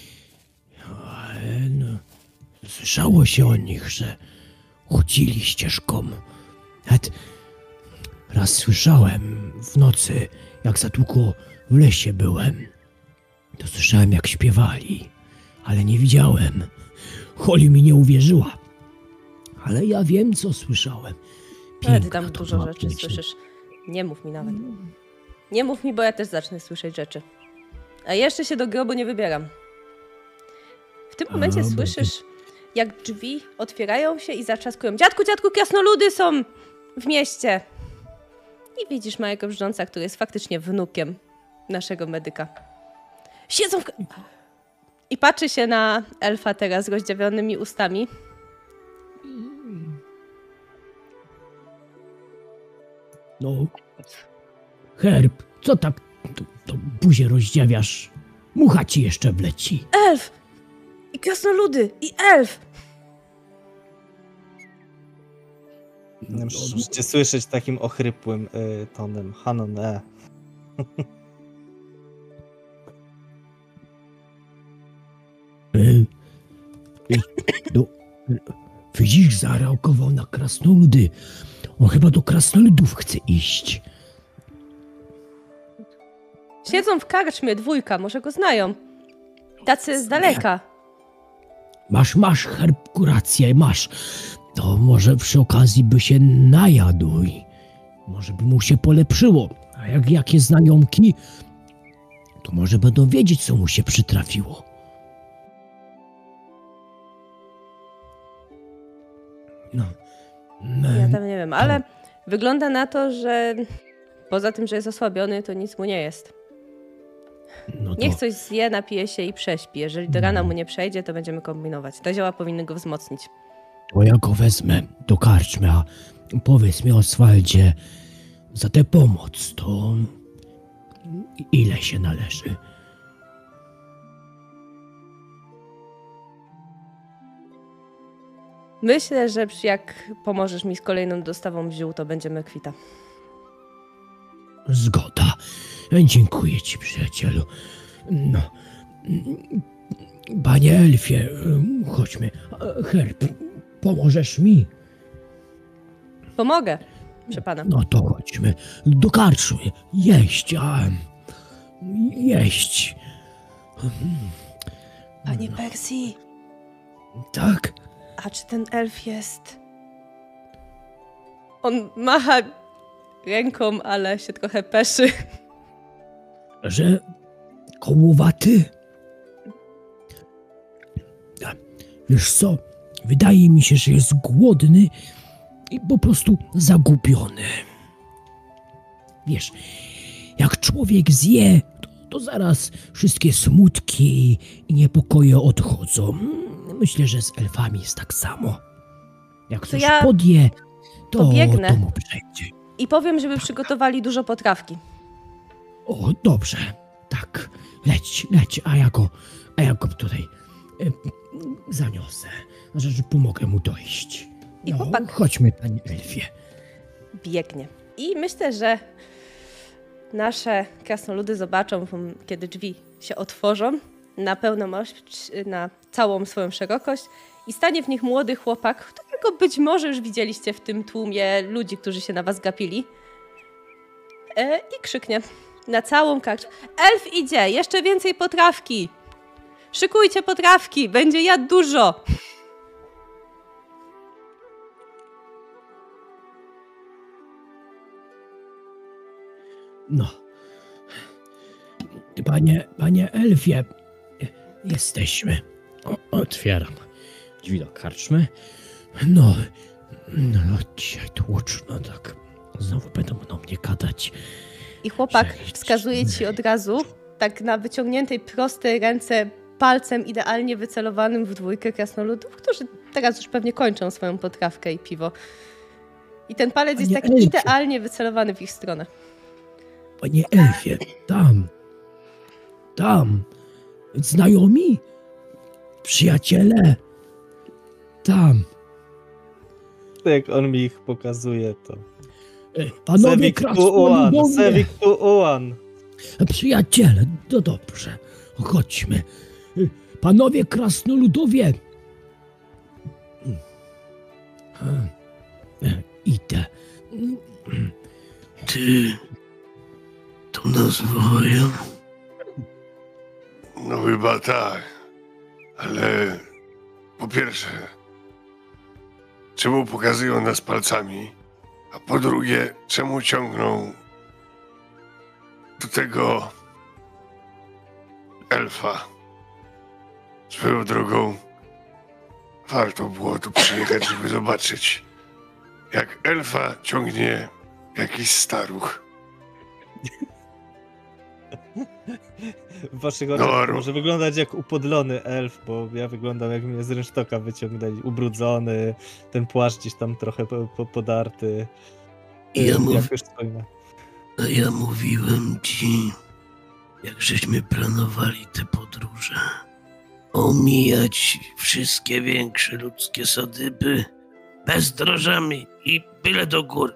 Ale no, słyszało się o nich, że chodzili ścieżką. Nawet raz słyszałem w nocy, jak za długo w lesie byłem. To słyszałem, jak śpiewali, ale nie widziałem. Holly mi nie uwierzyła. Ale ja wiem, co słyszałem. Ale ty Piękna tam to dużo była rzeczy pieśń. słyszysz. Nie mów mi nawet. Nie mów mi, bo ja też zacznę słyszeć rzeczy. A jeszcze się do grobu nie wybieram. W tym momencie A, słyszysz, jak drzwi otwierają się i zatrzaskują. Dziadku, dziadku, krasnoludy są w mieście. I widzisz małego brzdąca, który jest faktycznie wnukiem naszego medyka. Siedzą w... I patrzy się na elfa teraz z rozdziawionymi ustami. No, Herb, co tak to, to buzię rozdziawiasz? Mucha ci jeszcze wleci. Elf! I krasnoludy! I elf! No, możecie słyszeć takim ochrypłym y, tonem. Hanon, e. Y, y, no, y, widzisz, zareagował na krasnoludy. On chyba do krasnoludów chce iść. Siedzą w karczmie dwójka, może go znają. Tacy z daleka. Masz, masz, Herbku, rację, masz. To może przy okazji by się najadł i może by mu się polepszyło. A jak jakie znajomki, to może będą wiedzieć, co mu się przytrafiło. No. Ja tam nie wiem, ale wygląda na to, że poza tym, że jest osłabiony, to nic mu nie jest. No to, Niech coś zje, napije się i prześpi. Jeżeli do rana mu nie przejdzie, to będziemy kombinować. Te zioła powinny go wzmocnić. to ja go wezmę do karczmy, a powiedz mi, Oswaldzie, za tę pomoc to ile się należy? Myślę, że jak pomożesz mi z kolejną dostawą ziół, to będziemy kwita. Zgoda. Dziękuję ci, przyjacielu. No. Panie elfie, chodźmy. Herb, pomożesz mi? Pomogę, proszę pana. No to chodźmy do karczmy. Jeść, a... Jeść. Panie Percy, Tak? a czy ten elf jest... On macha ręką, ale się trochę peszy. Że kołowaty? A, wiesz co? Wydaje mi się, że jest głodny i po prostu zagubiony. Wiesz, jak człowiek zje, to, to zaraz wszystkie smutki i niepokoje odchodzą. Myślę, że z elfami jest tak samo. Jak coś ja podje, to, pobiegnę. to mu przejdzie. I powiem, żeby przygotowali dużo potrawki. O, dobrze. Tak. Leć, leć, a ja go, a ja go tutaj e, zaniosę. Znaczy, że pomogę mu dojść. I No, chłopak- chodźmy, panie Elfie. Biegnie. I myślę, że nasze krasnoludy zobaczą, kiedy drzwi się otworzą na pełną moc, na całą swoją szerokość i stanie w nich młody chłopak, którego być może już widzieliście w tym tłumie ludzi, którzy się na was gapili. E, I krzyknie na całą karczmę: Elf idzie! Jeszcze więcej potrawki! Szykujcie potrawki! Będzie jadł dużo! No. Panie, panie Elfie, jesteśmy. O, otwieram drzwi do karczmy. No, no dzisiaj tłoczno tak. Znowu będą na mnie gadać. I chłopak Cześć. wskazuje ci od razu, tak na wyciągniętej prostej ręce, palcem idealnie wycelowanym w dwójkę krasnoludów, którzy teraz już pewnie kończą swoją potrawkę i piwo. I ten palec jest Panie tak Elfie. idealnie wycelowany w ich stronę. Panie Elfie, tam, tam, znajomi, przyjaciele, tam. To jak on mi ich pokazuje, to... E, Panowie Sevik tu Uan, krasnoludowie, Sevik tu Uan. przyjaciele, no dobrze, chodźmy. E, Panowie krasnoludowie. E, Idę. Ty to nas wołają? No chyba tak. Ale po pierwsze, czemu pokazują nas palcami? A po drugie, czemu ciągną do tego elfa? Swoją drogą, warto było tu przyjechać, żeby zobaczyć, jak elfa ciągnie jakiś staruch. W waszych No, oczach ro- może wyglądać jak upodlony elf, bo ja wyglądam jak mnie z rynsztoka wyciągnęli, ubrudzony, ten płaszcz gdzieś tam trochę po, po, podarty. Ja jak mów- już wspominam. A ja mówiłem ci, jak żeśmy planowali te podróże, omijać wszystkie większe ludzkie sadyby, bezdrożami i byle do gór.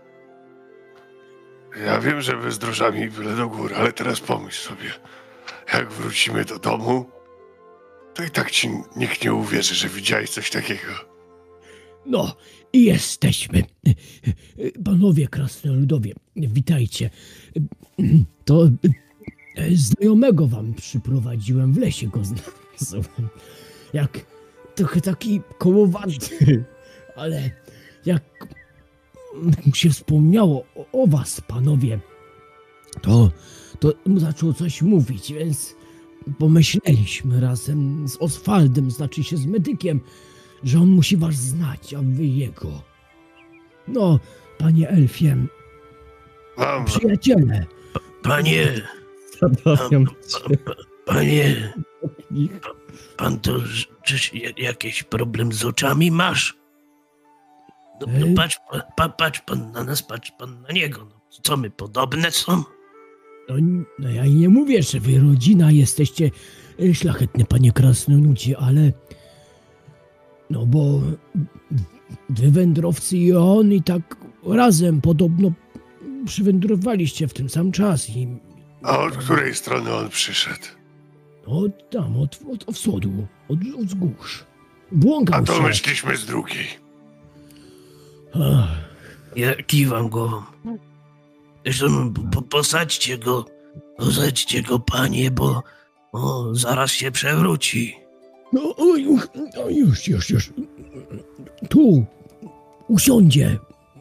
Ja wiem, że bezdrożami byle do góry, ale teraz pomyśl sobie, jak wrócimy do domu, to i tak ci nikt nie uwierzy, że widziałeś coś takiego. No, i jesteśmy. Panowie krasnoludowie, witajcie. To znajomego wam przyprowadziłem, w lesie go znalazłem. Jak trochę taki kołowaty, ale jak mu się wspomniało o, o was, panowie, to, to zaczął coś mówić, więc pomyśleliśmy razem z Oswaldem, znaczy się z medykiem, że on musi was znać, a wy jego. No, panie Elfie, Mam, przyjaciele. Panie, Zabawiam pa, pa, panie, ich. pan to ż- czyż ja- jakiś problem z oczami masz? No, no Ej. patrz, pa, pa, patrz pan na nas, patrz pan na niego. No, co my, podobne są? No, no ja i nie mówię, że wy rodzina jesteście e, szlachetne, panie krasnoludzie, ale no bo wy wędrowcy i on i tak razem podobno przywędrowaliście w ten sam czas i a od której strony on przyszedł? no tam, od, od, od wschodu, od, od wzgórz. Błąkał A to się. myśliśmy z drugiej. Ach, Ja kiwam głową. Zresztą po, posadźcie go, posadźcie go, panie, bo o, zaraz się przewróci. no o, już, o, już, już, już. Tu usiądzie.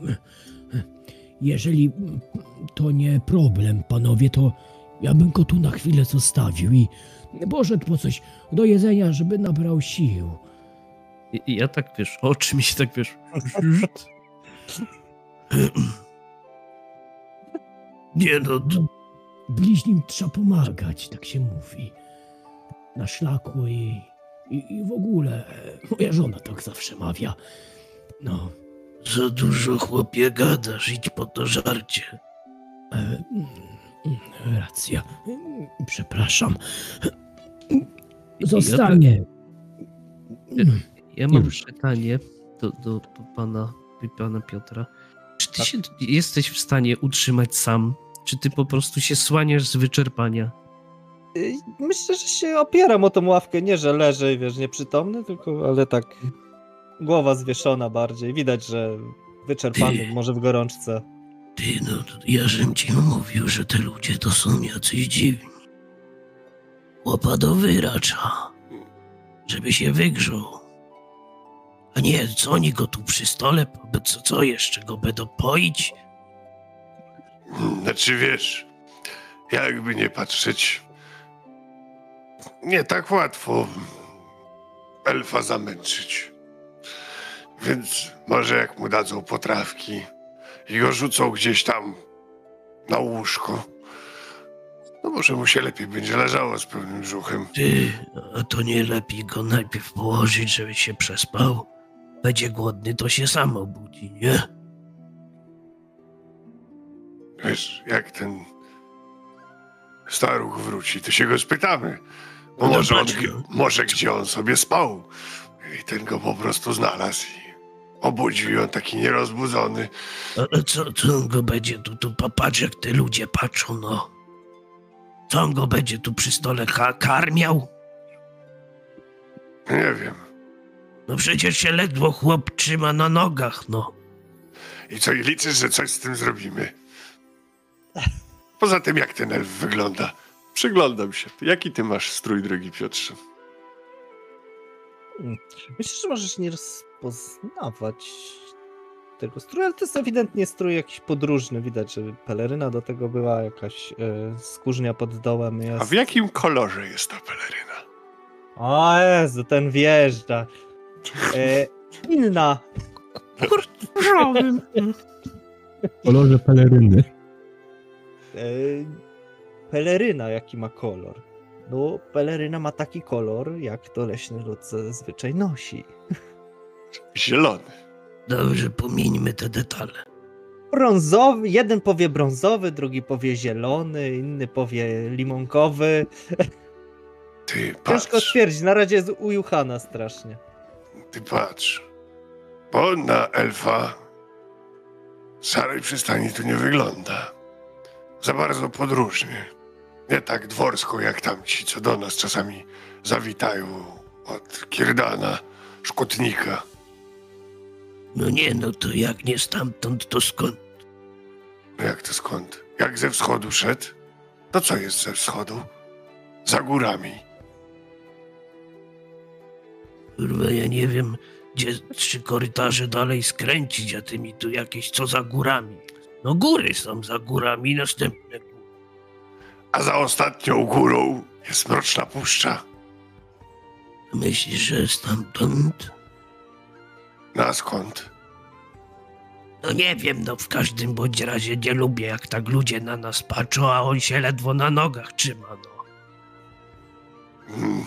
Jeżeli to nie problem, panowie, to ja bym go tu na chwilę zostawił i poszedł po coś do jedzenia, żeby nabrał sił. I, i ja tak, wiesz, oczy mi się tak, wiesz... Nie no, to, Bliźnim trzeba pomagać, tak się mówi. Na szlaku i, i, i w ogóle. Moja żona tak zawsze mawia. No, za dużo chłopie gadasz, idź po to żarcie. e, Racja. Przepraszam. Zostanie. Ja, ja mam Już. pytanie do, do, do pana, pana Piotra. Czy ty Tak. się jesteś w stanie utrzymać sam? Czy ty po prostu się słaniasz z wyczerpania? Y, Myślę, że się opieram o tą ławkę, nie że leżę, wiesz, nieprzytomny, tylko, ale tak głowa zwieszona bardziej. Widać, że wyczerpany, może w gorączce. Ty, no to ja żem ci mówił, że te ludzie to są jacyś dziwni. Łopa do wyracza, żeby się wygrzał. A nie, co oni go tu przy stole, co, co jeszcze go będą poić? Znaczy wiesz, jakby nie patrzeć, nie tak łatwo elfa zamęczyć. Więc może jak mu dadzą potrawki i go rzucą gdzieś tam na łóżko, no może mu się lepiej będzie leżało z pełnym brzuchem. Ty, a to nie lepiej go najpierw położyć, żeby się przespał? Będzie głodny, to się sam obudzi, nie? Wiesz, jak ten staruch wróci, to się go spytamy. Bo No może, on, patrz, no. może gdzie on sobie spał i ten go po prostu znalazł i obudził i on taki nierozbudzony. Ale co, co on go będzie tu, tu patrz jak te ludzie patrzą, no. Co on go będzie tu przy stole ka- karmiał? Nie wiem. No przecież się ledwo chłop trzyma na nogach, no. I co, i liczysz, że coś z tym zrobimy? Poza tym, jak ten elf wygląda. Przyglądam się. Jaki ty masz strój, drogi Piotrze? Myślę, że możesz nie rozpoznawać tego stroju, ale to jest ewidentnie strój jakiś podróżny. Widać, że peleryna do tego była, jakaś e, skórznia pod dołem jest. A w jakim kolorze jest ta peleryna? O Jezu, ten wjeżdża. E, inna. W kolorze peleryny. E, peleryna, jaki ma kolor? No, peleryna ma taki kolor, jak to leśny lud zazwyczaj nosi. Zielony. Dobrze, pomieńmy te detale. Brązowy, jeden powie brązowy, drugi powie zielony, inny powie limonkowy. Ty Ciężko patrz, stwierdzić, na razie jest ujuchana strasznie. ty patrz. Bo na elfa szarej przystani tu nie wygląda. Za bardzo podróżnie. Nie tak dworsko jak tamci, co do nas czasami zawitają od Kirdana, Szkutnika. No nie, no to jak nie stamtąd, to skąd? No jak to skąd? Jak ze wschodu szedł? To co jest ze wschodu? Za górami. Kurwa, ja nie wiem, gdzie trzy korytarze dalej skręcić, a ty mi tu jakieś co za górami. No góry są za górami, następne góry. A za ostatnią górą jest Mroczna Puszcza. Myślisz, że stamtąd? No a skąd? No nie wiem, no w każdym bądź razie nie lubię, jak tak ludzie na nas patrzą, a on się ledwo na nogach trzyma, no. Hmm.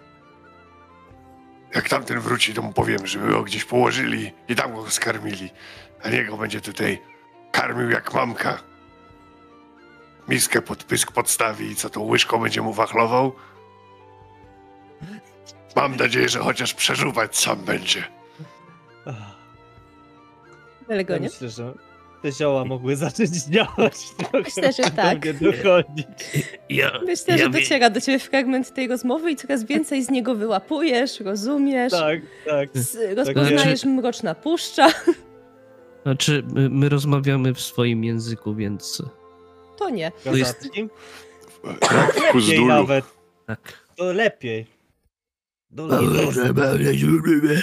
Jak tamten wróci, to mu powiem, żeby go gdzieś położyli i tam go skarmili. A nie go będzie tutaj karmił jak mamka. Miskę pod pysk podstawi i co, tą łyżką będzie mu wachlował? Mam nadzieję, że chociaż przeżuwać sam będzie. Ja Legonie? myślę, że te zioła mogły zacząć działać. Myślę, że do tak. mnie dochodzi. Ja, Myślę, ja że wie- dociera do ciebie fragment tej rozmowy i coraz więcej z niego wyłapujesz, rozumiesz, Tak, tak. z, rozpoznajesz Mroczna Puszcza. Znaczy, my, my rozmawiamy w swoim języku, więc To nie. To jest- Gazackim? W Lepiej Kuzdulu. nawet. tak. To lepiej. Do lasu.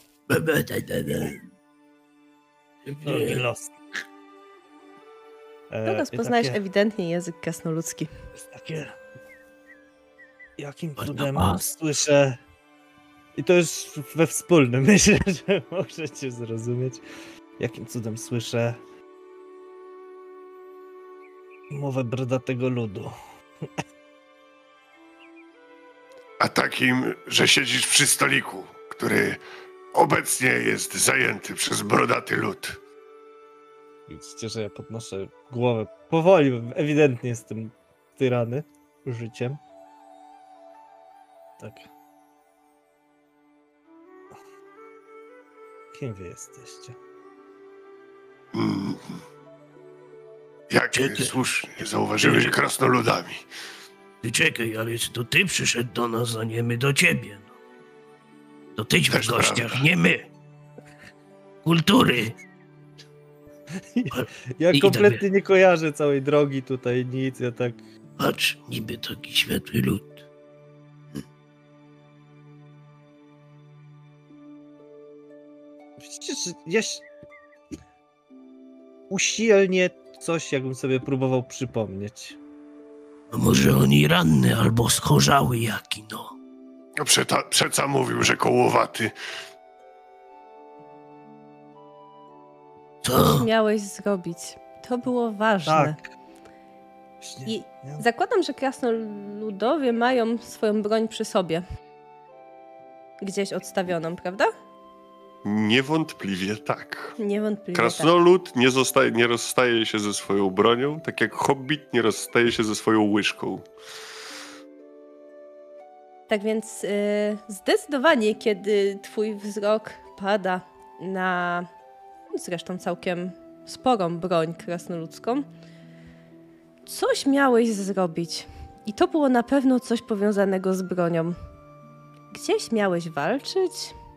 Drogi los. E, To i rozpoznajesz takie- ewidentnie język krasnoludzki. jest takie... Jakim Ładna cudem pas. słyszę... I to już we wspólnym, myślę, że możecie zrozumieć. Jakim cudem słyszę... mowę brodatego ludu. A takim, że siedzisz przy stoliku, który obecnie jest zajęty przez brodaty lud. Widzicie, że ja podnoszę głowę powoli, bo ewidentnie jestem tyrany życiem. Tak. Kim wy jesteście? Mm. Jak Czekaj. słusznie zauważyłeś, krasnoludami. Ty czekaj, ale czy to ty przyszedł do nas, a nie my do ciebie, no. To tyś w Też gościach, prawda. nie my. Kultury. Ja I- i kompletnie tak- nie kojarzę całej drogi tutaj, nic, ja tak... Patrz, niby taki światły lud. Widzicie, że ja się... Usilnie coś, jakbym sobie próbował przypomnieć. No może oni ranny albo schorzały jaki, no. No przeta, przeca mówił, że kołowaty. Co? Coś miałeś zrobić. To było ważne. Tak. Właśnie, I nie? zakładam, że krasnoludowie mają swoją broń przy sobie. Gdzieś odstawioną, prawda? Niewątpliwie tak. Niewątpliwie tak. Krasnolud nie, zostaje, nie rozstaje się ze swoją bronią, tak jak hobbit nie rozstaje się ze swoją łyżką. Tak więc y, zdecydowanie, kiedy twój wzrok pada na zresztą całkiem sporą broń krasnoludzką, coś miałeś zrobić. I to było na pewno coś powiązanego z bronią. Gdzieś miałeś walczyć?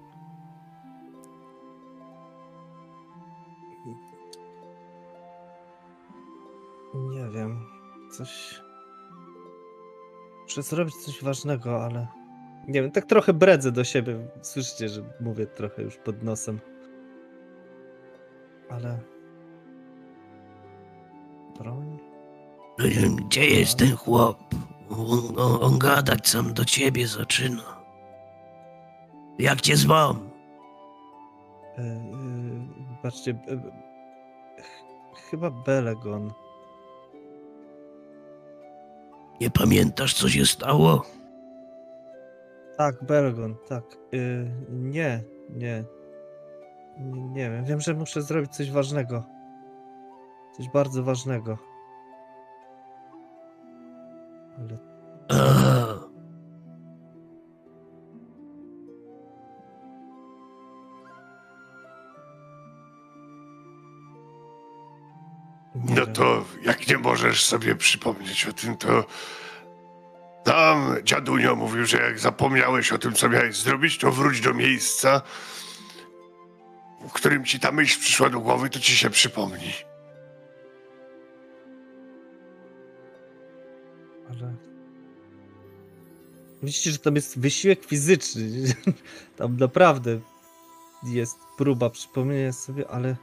Nie wiem. Coś... Muszę zrobić coś ważnego, ale... Nie wiem, tak trochę bredzę do siebie. Słyszycie, że mówię trochę już pod nosem. Ale... Broń? No, gdzie jest ten chłop? On, on, on gadać sam do ciebie zaczyna. Jak cię zwą? E, e, Patrzcie... E, ch- chyba Belegon. Nie pamiętasz, co się stało? Tak, Belegon, tak. E, nie, nie. Nie, nie wiem. Wiem, że muszę zrobić coś ważnego. Coś bardzo ważnego. Ale Aha. nie No wiem. to jak nie możesz sobie przypomnieć o tym, to tam dziadunio mówił, że jak zapomniałeś o tym, co miałeś zrobić, to wróć do miejsca, w którym ci ta myśl przyszła do głowy, to ci się przypomni. Ale... Widzicie, że tam jest wysiłek fizyczny. Tam naprawdę jest próba przypomnienia sobie, ale...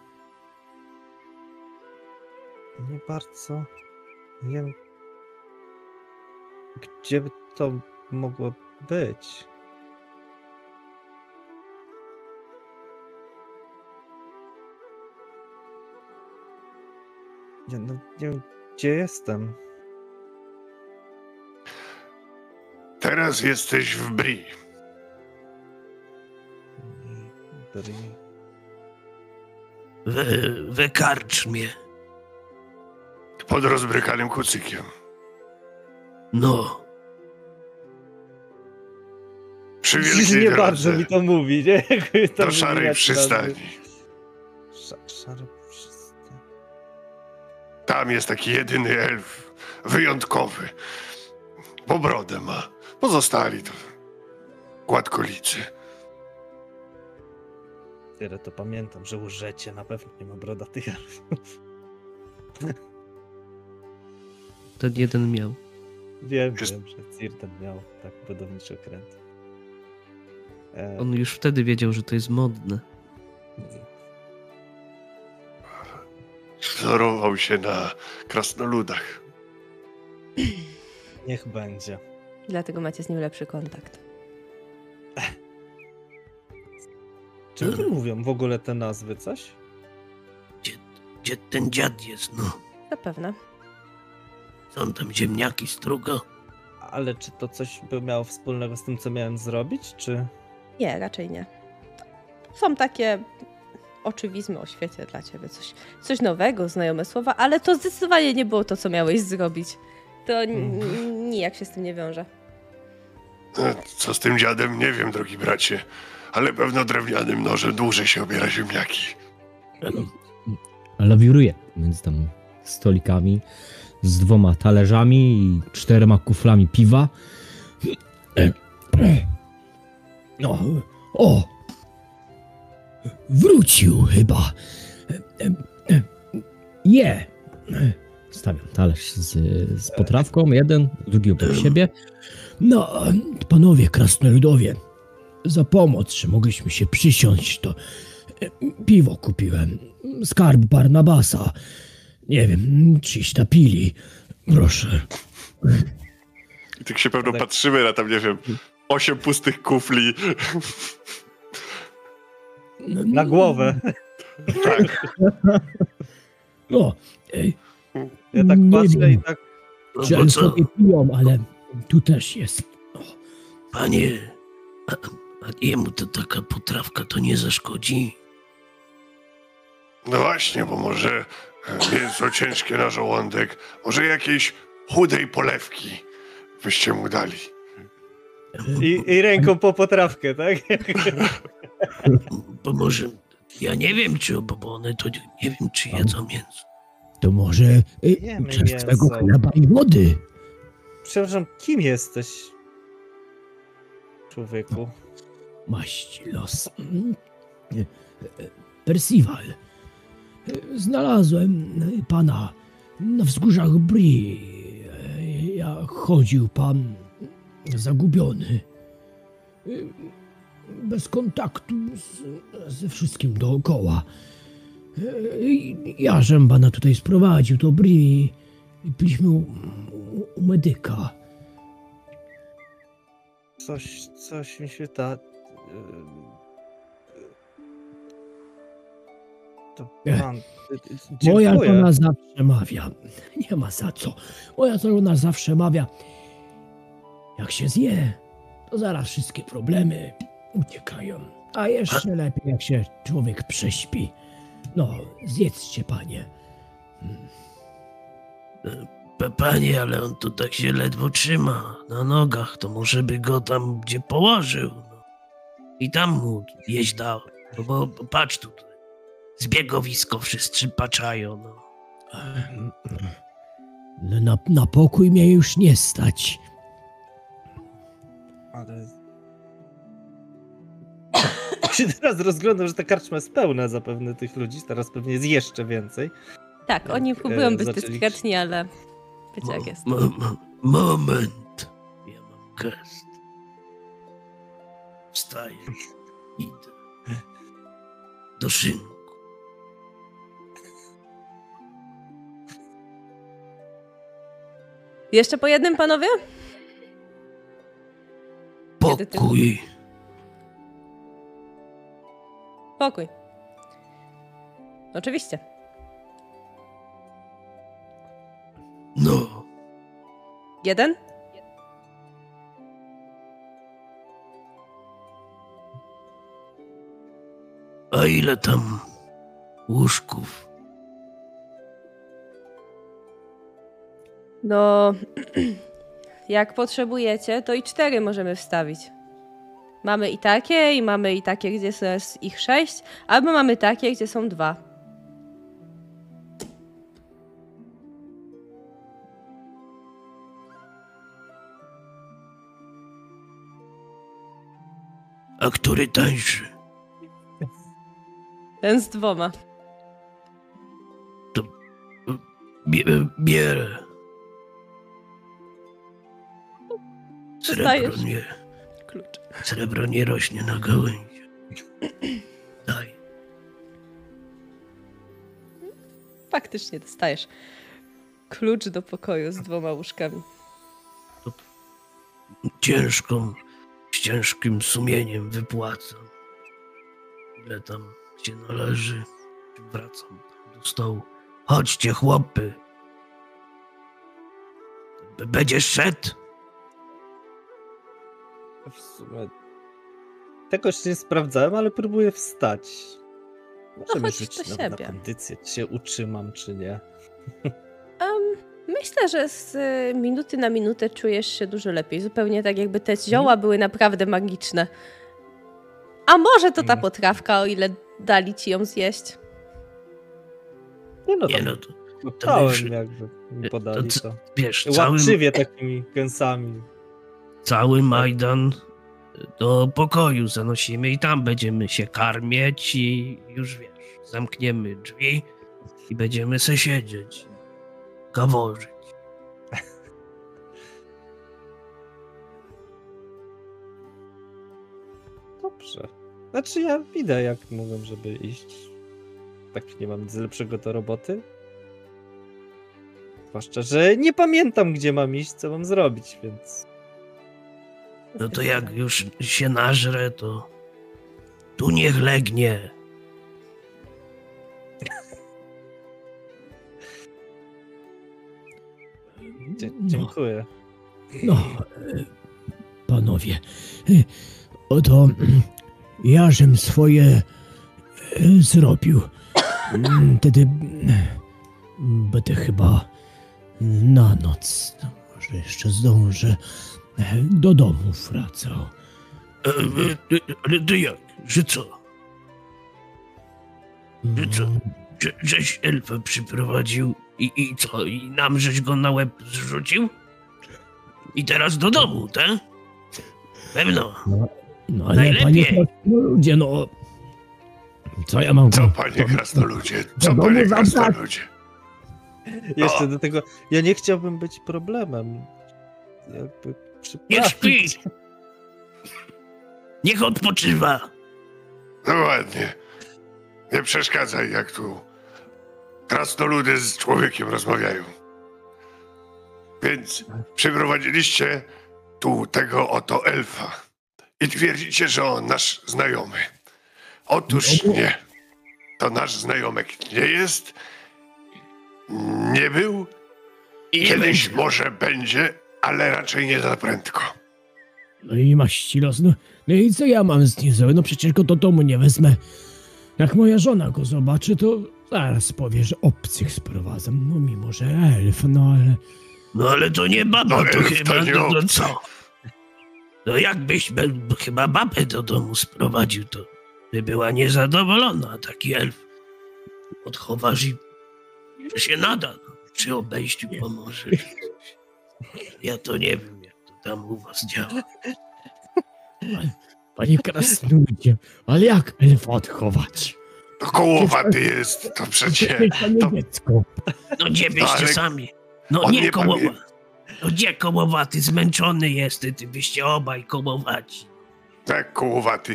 Nie bardzo wiem, gdzie by to mogło być. Ja no, nie wiem, gdzie jestem. Teraz jesteś w Bri. Bri. We, we karczmie. Pod rozbrykanym kucykiem. No. Przy Widzisz, wielkiej nie bardzo drodze mi to mówi, nie? Jakby to do szarej wymieniać przystani. Sz szary przystań. Tam jest taki jedyny elf, wyjątkowy. Bo brodę ma. Pozostali to gładkolicy. Tyle to pamiętam, że łżecie na pewno nie ma brodatych elfów. Ten jeden miał. Wiem, Jest- wiem, że Círdan miał tak budowniczy okręt. E, On już wtedy wiedział, że to jest modne. Wzorował się na krasnoludach. Niech będzie. Dlatego macie z nim lepszy kontakt. Czym to mówią w ogóle te nazwy, coś? Gdzie ten dziad jest, no? Zapewne. Są tam ziemniaki struga? Ale czy to coś by miało wspólnego z tym, co miałem zrobić, czy... Nie, raczej nie. Są takie oczywizmy o świecie dla ciebie. Coś, coś nowego, znajome słowa, ale to zdecydowanie nie było to, co miałeś zrobić. To n- nijak się z tym nie wiąże. E, Co z tym dziadem? Nie wiem, drogi bracie. Ale pewno drewnianym nożem dłużej się obiera ziemniaki. Lawiruje między tam stolikami z dwoma talerzami i czterema kuflami piwa. No, o! Wrócił chyba. Je. Stawiam talerz z, z potrawką, jeden, drugi obok siebie. No, panowie krasnoludowie, za pomoc, że mogliśmy się przysiąść, to piwo kupiłem. Skarb Barnabasa. Nie wiem, czyś napili. Proszę. I tak się pewno Tak. patrzymy na tam, nie wiem, osiem pustych kufli. Na głowę. Tak. No, ej, Ja tak Nie patrzę wiem. i tak... No że bo co, sobie piją, ale tu też jest. O, panie, a, a jemu to taka potrawka to nie zaszkodzi? No właśnie, bo może e, mięso ciężkie na żołądek, może jakiejś chudej polewki byście mu dali. I, i ręką po potrawkę, tak? Bo może, ja nie wiem, czy bo bo one to nie wiem, czy jedzą mięso. to może y, Jemy czerwego mięso. chleba i wody. Przepraszam, kim jesteś? Człowieku. Maść los. Mm. E, e, Percival. E, Znalazłem e, pana na wzgórzach Bri. E, Jak chodził pan zagubiony. E, Bez kontaktu z, ze wszystkim dookoła. E, i Ja żem pana tutaj sprowadził do Bri i byliśmy u, u, u medyka. Coś, coś mi się ta... To Ech. pan... Moja Dziękuję. żona zawsze mawia. Nie ma za co. Moja żona zawsze mawia. Jak się zje, to zaraz wszystkie problemy uciekają. A jeszcze lepiej, jak się człowiek prześpi. No, zjedzcie, panie. Pa- Panie, ale on tu tak się ledwo trzyma na nogach, to może by go tam gdzie położył. No. I tam mu jeść dał. No bo bo patrz tutaj, zbiegowisko wszyscy paczają. No. No, Na, na pokój mnie już nie stać. Ale... Jak się teraz rozglądam, że ta karczma jest pełna zapewne tych ludzi, teraz pewnie jest jeszcze więcej. Tak, oni Jak, próbują e, być zaczęli- dyskretni, ale wiecie jak jest. Mo- mo- moment. Ja mam gest. Wstaję. Idę. Do szynku. Jeszcze po jednym, panowie? Kiedy ty- Pokój. Pokój. Oczywiście. No. Jeden? A ile tam łóżków? No, jak potrzebujecie, to i cztery możemy wstawić. Mamy i takie, i mamy i takie, gdzie jest ich sześć, albo mamy takie, gdzie są dwa. A który tańszy? Ten z dwoma. Bie- bierę. Srebro Dostajesz. nie, Klucz. srebro nie rośnie na gałęzi. Daj. Faktycznie dostajesz klucz do pokoju z dwoma łóżkami. Ciężką, z ciężkim sumieniem wypłacam. Ile tam się należy. Wracam tam do stołu. Chodźcie, chłopy. B- Będziesz szedł? W sumie... Tegoś nie sprawdzałem, ale próbuję wstać. Możemy chodź rzucić do nawet na siebie. kondycję, czy się utrzymam, czy nie. Um, myślę, że z y, minuty na minutę czujesz się dużo lepiej. Zupełnie tak, jakby te zioła były naprawdę magiczne. A może to ta Mm. potrawka, o ile dali ci ją zjeść. Nie no, Nie tam no, to, Pytałem, wiesz, jakby mi podali to- to. wiesz, cały, Łapczywie takimi gęsami. cały Majdan do pokoju zanosimy i tam będziemy się karmieć i już wiesz, zamkniemy drzwi i będziemy se siedzieć, gaworzyć. Dobrze. Znaczy ja widzę, jak mówią, żeby iść. Tak nie mam nic lepszego do roboty. Zwłaszcza, że nie pamiętam, gdzie mam iść, co mam zrobić, więc... No to jak już się nażre, to tu niech legnie. Dzie- No, dziękuję. no, e, panowie, e, oto mm, ja żem swoje e, zrobił. Mm, Wtedy mm, będę chyba na noc, no, może jeszcze zdążę, e, do domu wracał. E, e, e, Ale to jak? Że co? Że co? Mm, Że, żeś elfa przyprowadził i, i co? I nam żeś go na łeb zrzucił? I teraz do domu, tak? Pewno. No ale Najlepiej. panie ludzie, no... Co ja mam Co, go- panie to- krasnoludzie? do Co, domu panie zabrać? krasnoludzie? Jeszcze O! do tego, ja nie chciałbym być problemem. Jakby Niech przepraszam. śpi! Niech odpoczywa! No ładnie. Nie przeszkadzaj, jak tu krasnoludy z człowiekiem rozmawiają. Więc przyprowadziliście tu tego oto elfa i twierdzicie, że on nasz znajomy. Otóż nie. To nasz znajomek nie jest, nie był, I nie kiedyś będzie. może będzie, ale raczej nie za prędko. No i maści los, no, no i co ja mam z nim zrobić? No przecież go do domu nie wezmę. Jak moja żona go zobaczy, to zaraz powie, że obcych sprowadzam. No mimo, że elf, no ale... No ale to nie baba, No, to elf chyba, to nie no, no obcy. co? No jakbyś be, chyba babę do domu sprowadził, to by była niezadowolona. Taki elf odchowasz i że się nada. No. Przy obejściu pomoże. Ja to nie wiem, jak to tam u was działa. Panie krasnoludzie, ale jak elfa odchować? To kołowaty jest, to przecie... Panie to- dziecko. No gdzie byście ale sami? No on nie nie kołowa. pamię- No gdzie kołowaty? Zmęczony jest, ty byście obaj kołowaci. Tak, kołowaty.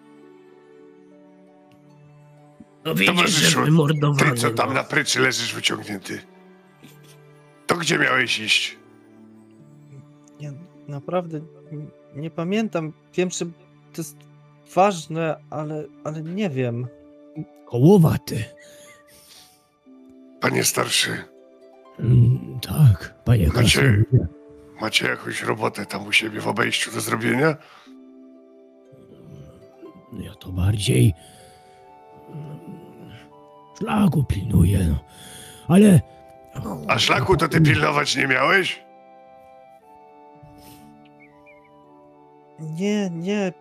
No widzisz, Towarzyszu, że wymordowany. Ty, co tam no. na pryczy leżysz wyciągnięty. To gdzie miałeś iść? Ja naprawdę n- nie pamiętam. Wiem, że to jest ważne, ale, ale nie wiem. Kołowaty. Panie starszy, Mm, tak, panie Macie- krasnoludzie. macie jakąś robotę tam u siebie w obejściu do zrobienia? No ja to bardziej... mm, szlaku pilnuję, no. Ale... A szlaku to ty pilnować nie miałeś? Nie, nie.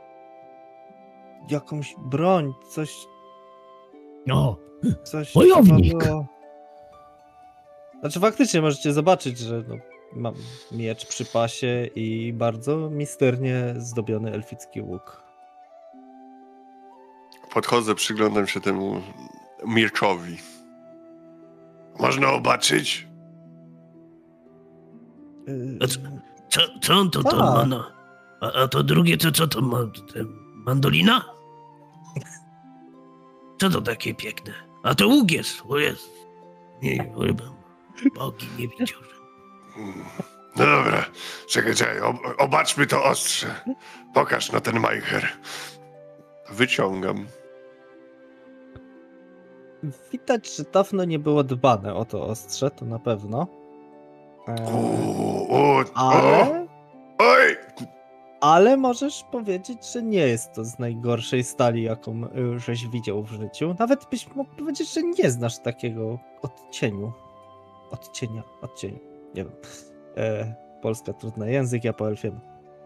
Jakąś broń, coś, No, coś. Wojownik. trzeba było- Znaczy faktycznie możecie zobaczyć, że no, mam miecz przy pasie i bardzo misternie zdobiony elficki łuk. Podchodzę, przyglądam się temu mieczowi. Można zobaczyć? Yy, A co- Co, co on to, to Tak. ma na... A, a to drugie to co to ma? Te mandolina? Co to takie piękne? A to łuk jest, o jest. Nie, chyba bogi nie widział, że... Hmm. No dobra, czekaj, czekaj, ob obaczmy to ostrze. Pokaż na ten majcher. Wyciągam. Widać, że dawno nie było dbane o to ostrze, to na pewno. Eee, Uuu, o, o, ale oj! Ale możesz powiedzieć, że nie jest to z najgorszej stali, jaką y, żeś widział w życiu. Nawet byś mógł powiedzieć, że nie znasz takiego odcieniu. Odcienia, odcieniu. Nie wiem. E, Polska trudny język, ja po elfiemu.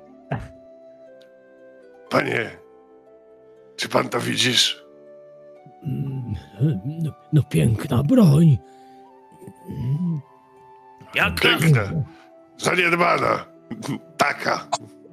Panie, czy pan to widzisz? Mm, No, no piękna broń. Mm, Jaka? Piękna, zaniedbana, taka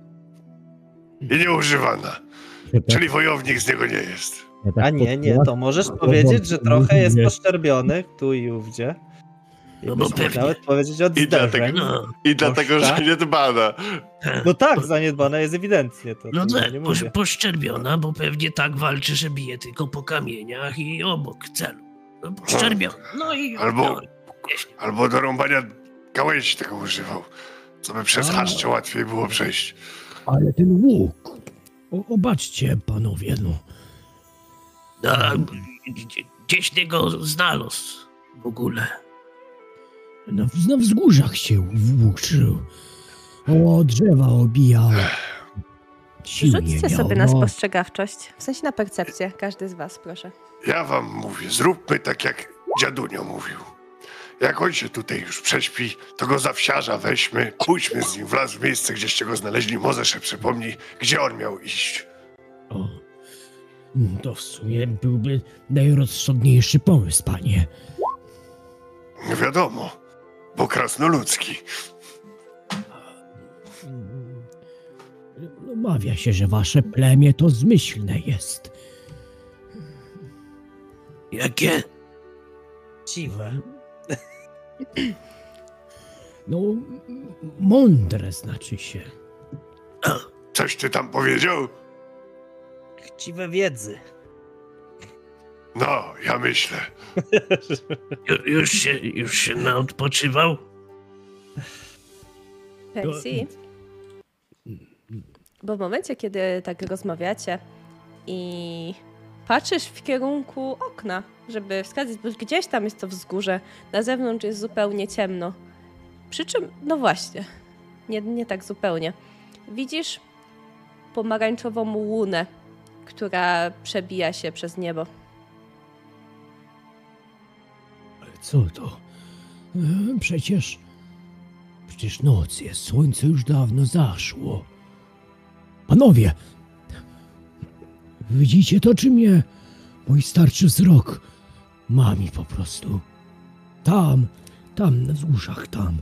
i nieużywana. Czyli wojownik z niego nie jest. Ja tak A nie, nie, to możesz podkreślam, powiedzieć, że trochę jest nie. poszczerbiony tu i ówdzie. No I bo byś mógł pewnie. nawet powiedzieć od I dlatego- zderzeń. No, I dlatego, że tak? zaniedbana. No tak, zaniedbana jest ewidentnie. To, no to ja tak, nie posz, mówię. poszczerbiona, bo pewnie tak walczy, że bije tylko po kamieniach i obok celu. No, poszczerbiona. No i... Albo- no, jeśli- Albo do rąbania gałęzi tego używał. Co by przez A. chaszcze łatwiej było przejść. Ale ten łuk. O, obaczcie, panowie, no. No, a gdzie- gdzieś ty go znalazł w ogóle. Na, na wzgórzach się włóczył. O drzewa obijał. Sił nie Rzućcie miał, sobie na no. spostrzegawczość. W sensie na percepcję. Każdy z was, proszę. Ja wam mówię, zróbmy tak jak dziadunio mówił. Jak on się tutaj już prześpi, to go za wsiarza weźmy, pójdźmy z nim w las w miejsce, gdzieście go znaleźli, może się przypomni, gdzie on miał iść. O, to w sumie byłby najrozsądniejszy pomysł, panie. Nie wiadomo, bo krasnoludzki. No, mawia się, że wasze plemię to zmyślne jest. Jakie? Dziwne. No, mądre znaczy się. Coś ty tam powiedział? Chciwe wiedzy. No, ja myślę. Ju, już się, już się naodpoczywał? Percy. Bo w momencie, kiedy tak rozmawiacie i patrzysz w kierunku okna, żeby wskazać, bo gdzieś tam jest to wzgórze, na zewnątrz jest zupełnie ciemno. Przy czym, no właśnie, nie, nie tak zupełnie. Widzisz pomarańczową łunę, która przebija się przez niebo. Ale co to? E, Przecież... Przecież noc jest, słońce już dawno zaszło. Panowie! Widzicie to, czy mnie? Mój starczy wzrok ma mi po prostu. Tam, tam na wzgórzach, tam.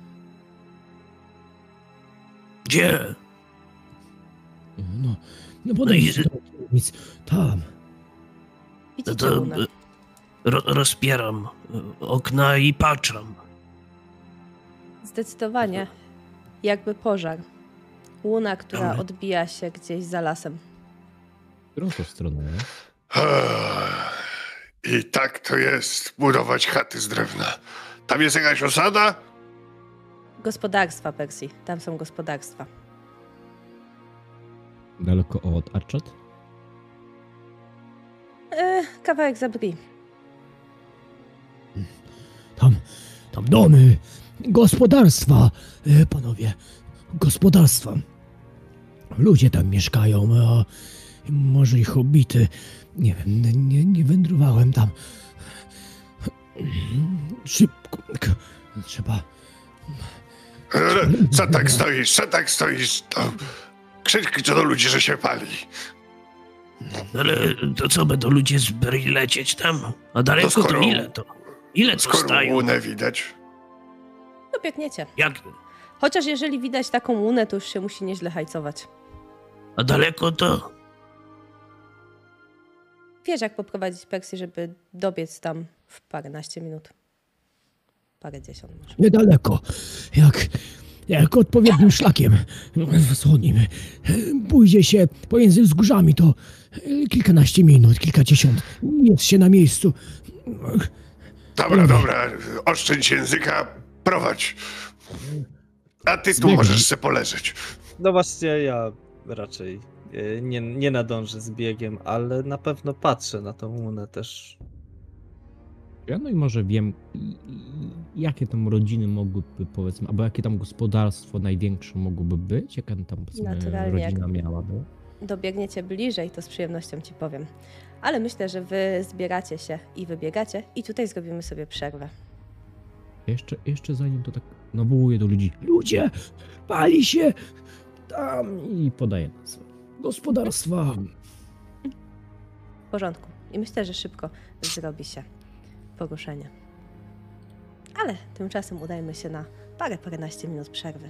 Gdzie? No, no podejście do nic. Tam. No Widzicie to łunę. e, ro, rozpieram e, okna i patrzam. Zdecydowanie jakby pożar. Łuna, która Ale- odbija się gdzieś za lasem. Którą to stronę? I tak to jest budować chaty z drewna. Tam jest jakaś osada? Gospodarstwa, Percy. Tam są gospodarstwa. Daleko od Archat? E, kawałek za bri. Tam, tam domy, gospodarstwa, e, panowie, gospodarstwa. Ludzie tam mieszkają, a może i hobbity. Nie wiem, nie, nie wędrowałem tam. Szybko, trzeba... E, Co tak stoisz? Co tak stoisz? To krzycz do ludzi, że się pali. Ale to co, będą ludzie z Bri lecieć tam? A daleko to, skoro- ile to? Ile to Skoro stają? łunę widać. No biegniecie. Jak? Chociaż jeżeli widać taką łunę, to już się musi nieźle hajcować. A daleko to? Wiesz, jak poprowadzić Percy, żeby dobiec tam w paręnaście minut. Parę dziesiąt może. Niedaleko, jak, jak odpowiednim szlakiem wschodnim pójdzie się pomiędzy wzgórzami, to kilkanaście minut, kilkadziesiąt, jest się na miejscu. Dobra, dobra, oszczędź języka, prowadź. A ty tu Zbiegnij. możesz se poleżeć. No właśnie, ja raczej e, nie, nie nadążę z biegiem, ale na pewno patrzę na tą łunę też. Ja no i może wiem, i- i- jakie tam rodziny mogłyby, powiedzmy, albo jakie tam gospodarstwo największe mogłoby być, jaka tam, powiedzmy, Naturalnie, jak- rodzina miałaby. Dobiegniecie bliżej, to z przyjemnością ci powiem. Ale myślę, że wy zbieracie się i wybiegacie i tutaj zrobimy sobie przerwę. Jeszcze, jeszcze zanim to tak nawołuję do ludzi, ludzie, pali się tam i podaję nazwę gospodarstwa. W porządku. I myślę, że szybko zrobi się poruszenie. Ale tymczasem udajmy się na parę, paręnaście minut przerwy.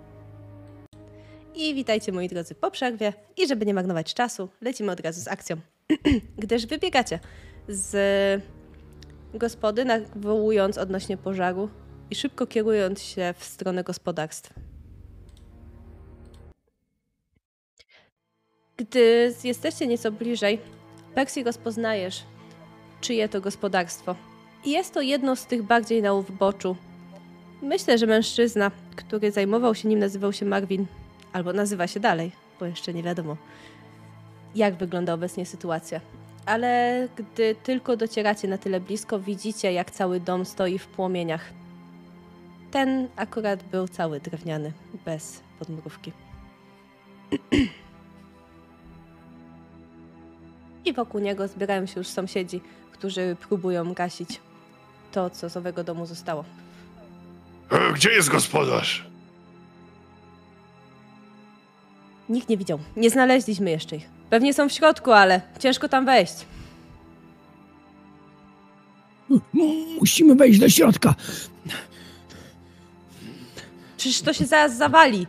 I witajcie moi drodzy po przerwie. I żeby nie marnować czasu, lecimy od razu z akcją. Gdyż wybiegacie z gospody, nawołując odnośnie pożaru i szybko kierując się w stronę gospodarstw. Gdy jesteście nieco bliżej, Percy, rozpoznajesz, czyje to gospodarstwo. I jest to jedno z tych bardziej na uboczu. Myślę, że mężczyzna, który zajmował się nim, nazywał się Marvin. Albo nazywa się dalej, bo jeszcze nie wiadomo, jak wygląda obecnie sytuacja. Ale gdy tylko docieracie na tyle blisko, widzicie, jak cały dom stoi w płomieniach. Ten akurat był cały drewniany, bez podmrówki. I wokół niego zbierają się już sąsiedzi, którzy próbują gasić to, co z owego domu zostało. E, Gdzie jest gospodarz? Nikt nie widział. Nie znaleźliśmy jeszcze ich. Pewnie są w środku, ale ciężko tam wejść. Musimy wejść do środka. Przecież to się zaraz zawali.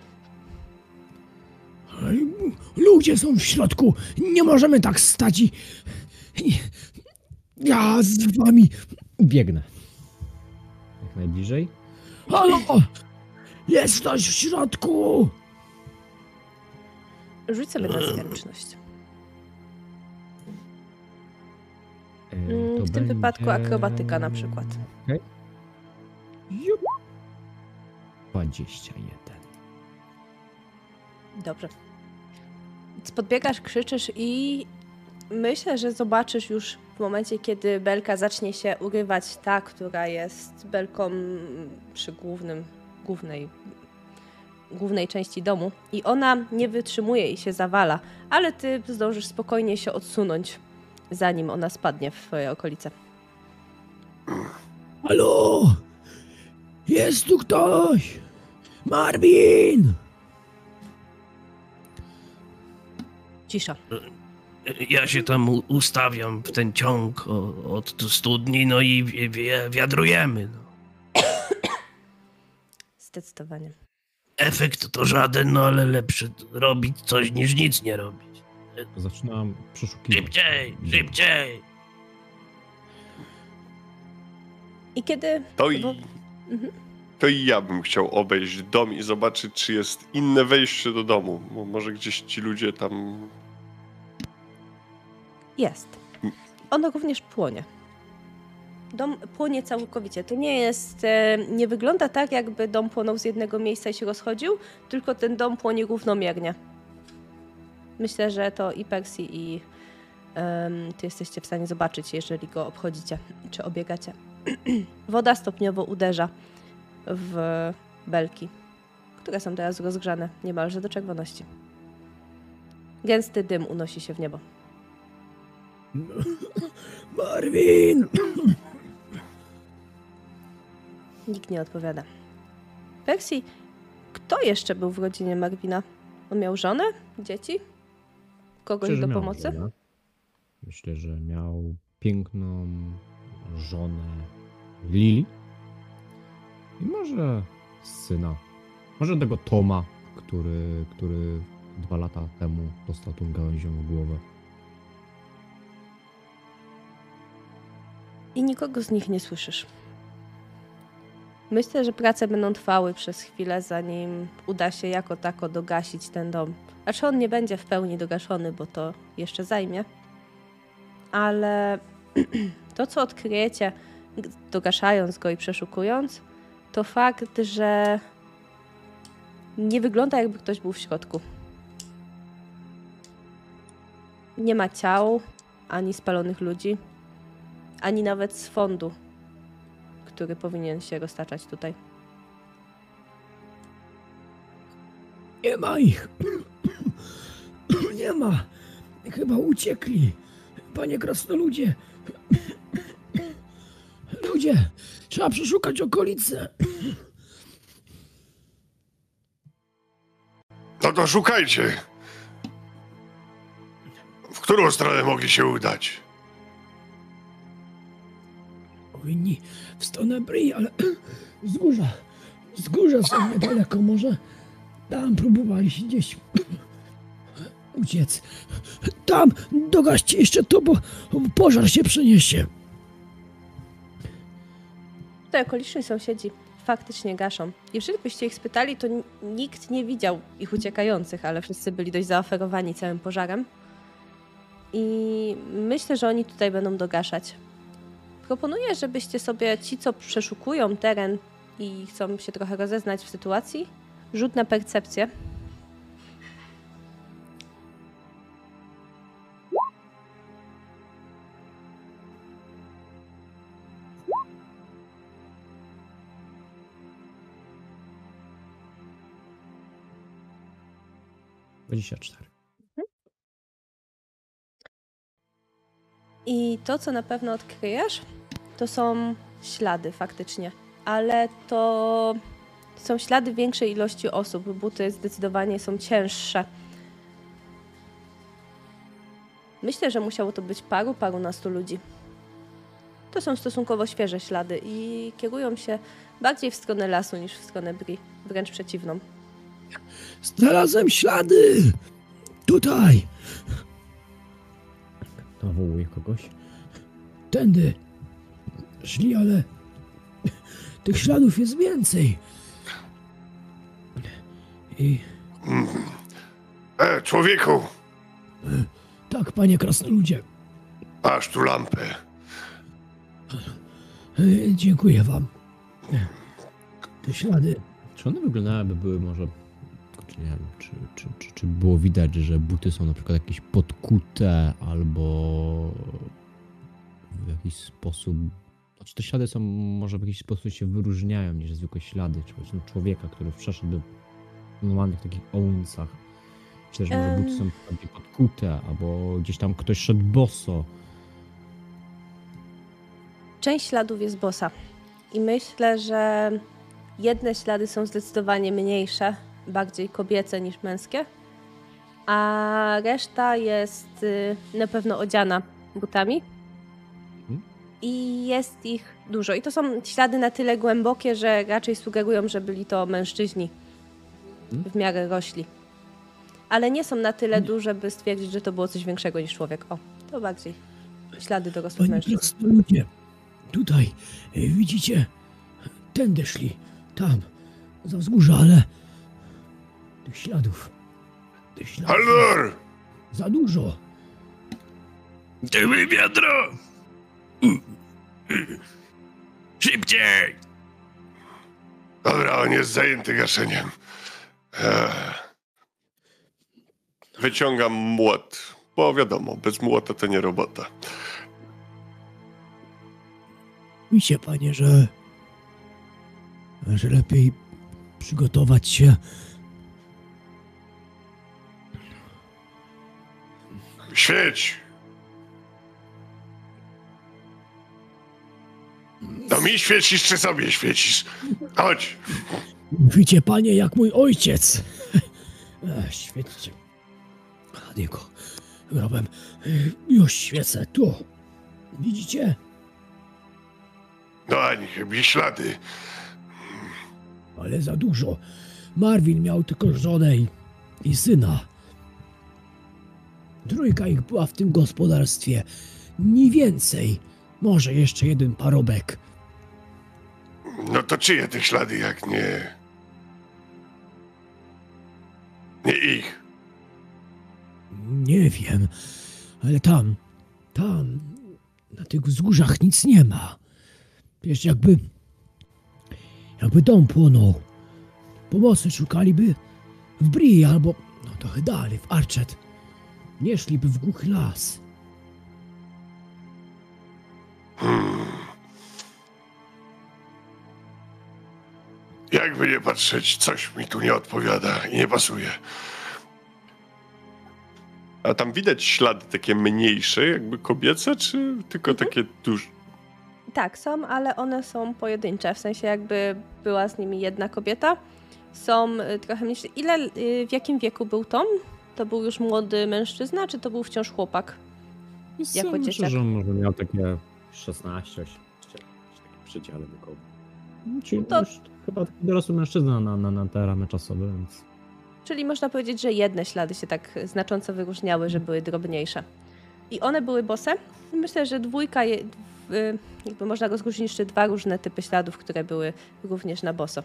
Ludzie są w środku. Nie możemy tak stać i... i- Ja z wami... Biegnę. Jak najbliżej. Halo! Jest ktoś w środku! Rzuć sobie na zręczność. E, Mm, to w tym wypadku będzie- akrobatyka na przykład. Okej. Jup. dwadzieścia jeden. Dobrze. Podbiegasz, krzyczysz i myślę, że zobaczysz już w momencie, kiedy belka zacznie się urywać, ta, która jest belką przy głównym, głównej, głównej części domu i ona nie wytrzymuje i się zawala, ale ty zdążysz spokojnie się odsunąć, zanim ona spadnie w twoje okolice. Halo! Jest tu ktoś! Marvin! Cisza. Ja się tam u- ustawiam w ten ciąg o, od tu studni, no i wi- wi- wiadrujemy. No. Zdecydowanie. Efekt to żaden, no ale lepsze robić coś niż nic nie robić. Zaczynam przeszukiwać. Szybciej, szybciej! I kiedy... To i, Bo- Mhm. to i ja bym chciał obejść dom i zobaczyć, czy jest inne wejście do domu. Bo może gdzieś ci ludzie tam... Jest. Ono również płonie. Dom płonie całkowicie. To nie jest, e, nie wygląda tak, jakby dom płonął z jednego miejsca i się rozchodził, tylko ten dom płonie równomiernie. Myślę, że to i Percy, i em, ty jesteście w stanie zobaczyć, jeżeli go obchodzicie, czy obiegacie. Woda stopniowo uderza w belki, które są teraz rozgrzane niemalże do czerwoności. Gęsty dym unosi się w niebo. Marvin! Nikt nie odpowiada. Percy, kto jeszcze był w rodzinie Marvina? On miał żonę? Dzieci? Kogoś Myślę, że do miał pomocy? żonę. Myślę, że miał piękną żonę Lili. I może syna. Może tego Toma, który, który dwa lata temu dostał tą gałęzią w głowę. I nikogo z nich nie słyszysz. Myślę, że prace będą trwały przez chwilę, zanim uda się jako tako dogasić ten dom. Znaczy on nie będzie w pełni dogaszony, bo to jeszcze zajmie. Ale to, co odkryjecie, dogaszając go i przeszukując, to fakt, że nie wygląda, jakby ktoś był w środku. Nie ma ciał, ani spalonych ludzi, ani nawet swądu który powinien się roztaczać tutaj. Nie ma ich. Nie ma. Chyba uciekli. Panie krasnoludzie. Ludzie, trzeba przeszukać okolice. No to szukajcie. W którą stronę mogli się udać? Powinni w stronę Brii, ale wzgórza. Wzgórza są niedaleko. Może tam próbowali się gdzieś uciec. Tam dogaście jeszcze to, bo pożar się przeniesie. Te okoliczni sąsiedzi faktycznie gaszą. Jeżeli byście ich spytali, to n- nikt nie widział ich uciekających, ale wszyscy byli dość zaoferowani całym pożarem. I myślę, że oni tutaj będą dogaszać. Proponuję, żebyście sobie ci, co przeszukują teren i chcą się trochę rozeznać w sytuacji, rzut na percepcję. dwadzieścia cztery. I to, co na pewno odkryjesz, to są ślady faktycznie. Ale to są ślady większej ilości osób. Buty zdecydowanie są cięższe. Myślę, że musiało to być paru, parunastu ludzi. To są stosunkowo świeże ślady i kierują się bardziej w stronę lasu niż w stronę Bri. Wręcz przeciwną. Znalazłem ślady! Tutaj! Nawołuję kogoś. Tędy. Szli, ale tych śladów jest więcej. I E, człowieku, tak, panie krasnoludzie. masz tu lampę. E, Dziękuję wam. Te ślady. Czy one wyglądałyby były może... Czy nie wiem, czy, czy, czy, czy było widać, że buty są na przykład jakieś podkute albo w jakiś sposób... Czy te ślady są może w jakiś sposób się wyróżniają niż zwykłe ślady, czy powiedzmy człowieka, który przeszedł w normalnych takich ołńcach. Czy też może buty są bardziej podkute, albo gdzieś tam ktoś szedł boso. Część śladów jest bosa. I myślę, że jedne ślady są zdecydowanie mniejsze, bardziej kobiece niż męskie, a reszta jest y, na pewno odziana butami. Mhm. I jest ich dużo. I to są ślady na tyle głębokie, że raczej sugerują, że byli to mężczyźni w miarę rośli. Ale nie są na tyle duże, by stwierdzić, że to było coś większego niż człowiek. O, to bardziej ślady dorosłych Panie mężczyzn. krasnoludzie, tutaj, e, widzicie, tędy szli, tam, za wzgórza, ale tych śladów, tych śladów Haldor! za dużo. Dymy wiadro! Szybciej! Dobra, on jest zajęty gaszeniem. Ech. Wyciągam młot, bo wiadomo, bez młota to nie robota. Widzicie, panie, że, że lepiej przygotować się. Świeć! To mi świecisz, czy sobie świecisz? Chodź! Widzicie, panie, jak mój ojciec. Ech, świećcie. Nad jego grobem. Już świecę, tu. Widzicie? No ani chyba ślady. Ale za dużo. Marvin miał tylko żonę i, i syna. Trójka ich była w tym gospodarstwie. Nie więcej. Może jeszcze jeden parobek. No to czyje te ślady, jak nie... Nie ich. Nie wiem, ale tam, tam, na tych wzgórzach nic nie ma. Wiesz, jakby, jakby dom płonął. Pomocy szukaliby w Brii albo, no trochę dalej, w Archet. Nie szliby w głuchy las. Hmm. jakby nie patrzeć, coś mi tu nie odpowiada i nie pasuje. A tam widać ślady takie mniejsze, jakby kobiece, czy tylko Mhm. takie duże? Tak, są, ale one są pojedyncze, w sensie jakby była z nimi jedna kobieta. Są y, trochę mniejsze. Ile, y, w jakim wieku był Tom? To był już młody mężczyzna, czy to był wciąż chłopak? Jako Myślę, dzieciak. że może miał takie szesnaście, osiemnaście, takie przedziale wiekowe. Czyli To- już chyba taki dorosły mężczyzna na, na, na te ramy czasowe, więc... Czyli można powiedzieć, że jedne ślady się tak znacząco wyróżniały, że były drobniejsze. I one były bose. Myślę, że dwójka, je, y, jakby można rozróżnić jeszcze dwa różne typy śladów, które były również na boso.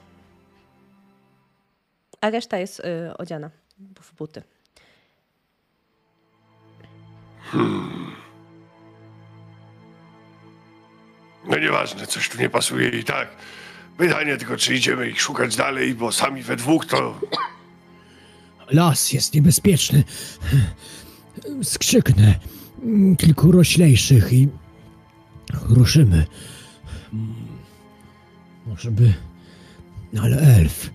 A reszta jest y, odziana w buty. Hmm. No nieważne, coś tu nie pasuje i tak. Pytanie tylko, czy idziemy ich szukać dalej, bo sami we dwóch to... Las jest niebezpieczny. Skrzyknę kilku roślejszych i ruszymy. Może by... Ale elf...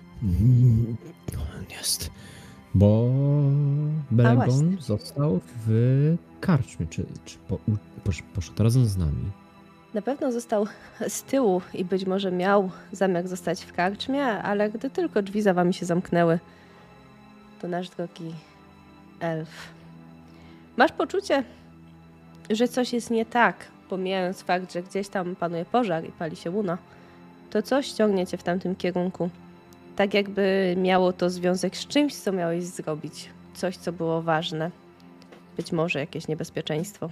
Jest... Bo Belegon właśnie. został w karczmie, czy, czy po, posz, poszedł razem z nami. Na pewno został z tyłu i być może miał zamiar zostać w karczmie, ale gdy tylko drzwi za wami się zamknęły, to nasz drogi elf. Masz poczucie, że coś jest nie tak, pomijając fakt, że gdzieś tam panuje pożar i pali się łuna. To coś ciągnie cię w tamtym kierunku. Tak jakby miało to związek z czymś, co miałeś zrobić. Coś, co było ważne. Być może jakieś niebezpieczeństwo.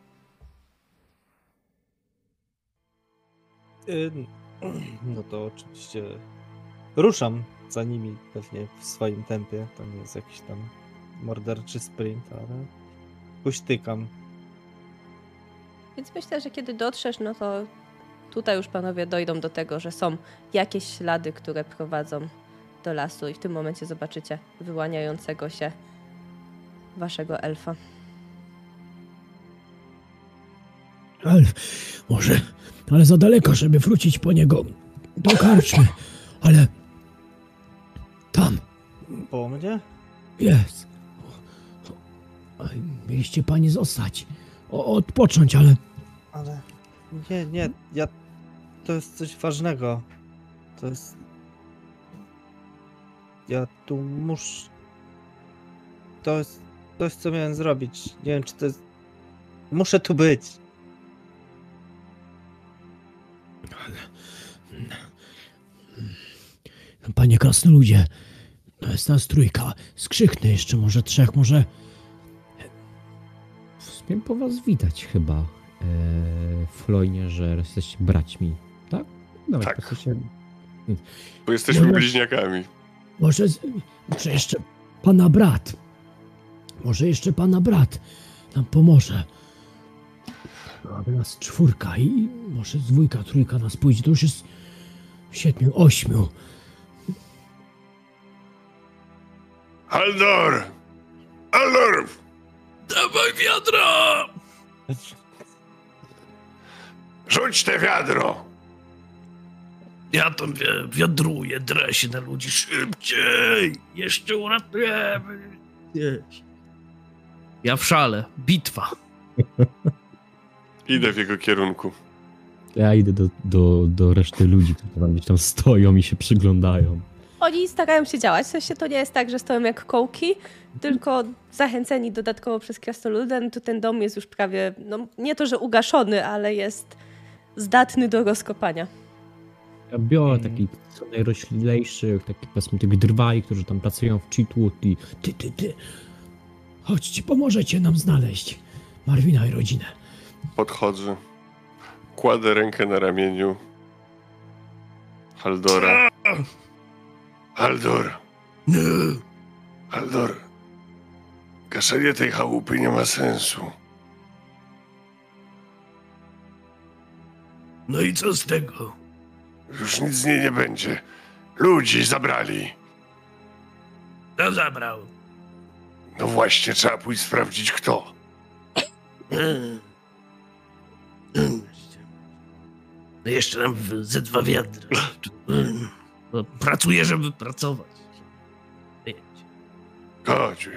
Y, No to oczywiście ruszam za nimi pewnie w swoim tempie. To nie jest jakiś tam morderczy sprint, ale puśtykam. Więc myślę, że kiedy dotrzesz, no to tutaj już panowie dojdą do tego, że są jakieś ślady, które prowadzą do lasu i w tym momencie zobaczycie wyłaniającego się waszego elfa. Elf, może... Ale za daleko, żeby wrócić po niego do karczmy. Ale... Tam Po mnie? jest. O, o, Mieliście pani zostać. O, odpocząć, ale... Ale nie, nie, ja... To jest coś ważnego. To jest... Ja tu muszę... To jest coś, co miałem zrobić. Nie wiem, czy to jest... Muszę tu być. Panie krasnoludzie, to jest nas trójka. Skrzyknę jeszcze, może trzech, może... W sumie po was widać chyba, e, Flojnie, że jesteście braćmi, tak? Dawaj, Tak. po prostu się... Bo jesteśmy Może- bliźniakami. Może, z- może jeszcze pana brat. Może jeszcze pana brat nam pomoże. Mamy nas czwórka i może z dwójka, trójka nas pójdzie. To już jest siedmiu, ośmiu. Haldor! Haldor! Dawaj wiadro! Rzuć te wiadro! Ja tam wi- wiadruję, drę się na ludzi szybciej! Jeszcze uratujemy! Ja w szale. Bitwa. Idę w jego kierunku. Ja idę do, do, do reszty ludzi, którzy tam gdzieś tam stoją i się przyglądają. Oni starają się działać, w sensie to nie jest tak, że stoją jak kołki, tylko zachęceni dodatkowo przez krasnoludem, to ten dom jest już prawie, no nie to, że ugaszony, ale jest zdatny do rozkopania. Ja biorę Mhm. takich co najroślejszych, takich powiedzmy tych drwali, którzy tam pracują w Cheatwood i Ty, ty, ty. Chodźcie, pomożecie nam znaleźć Marwina i rodzinę. Podchodzę. Kładę rękę na ramieniu Haldora. Haldor! No, Haldor! Gaszenie tej chałupy nie ma sensu. no i co z tego? Już nic z niej nie będzie. Ludzi zabrali. Kto zabrał? No właśnie, trzeba pójść sprawdzić kto. Eee. No jeszcze nam w- ze dwa wiadra. No, pracuję, żeby pracować. Wiecie. Chodź.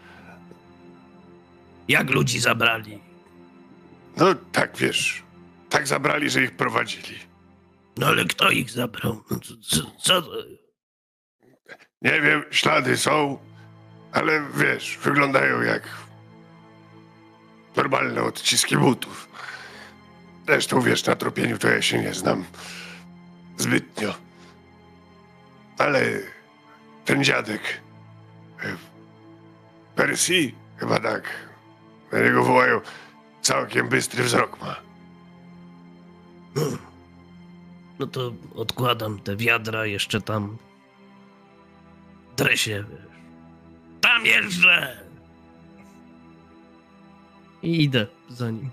Jak ludzi zabrali? No tak, wiesz, tak zabrali, że ich prowadzili. No ale kto ich zabrał? No, co, co, co to? Nie wiem, ślady są, ale wiesz, wyglądają jak normalne odciski butów. Zresztą, wiesz, na tropieniu to ja się nie znam zbytnio. Ale ten dziadek e, Percy, chyba tak, na niego wołają, całkiem bystry wzrok ma. Hmm. No to odkładam te wiadra jeszcze tam. Dresie, wiesz. Tam jeżdżę! I idę za nim.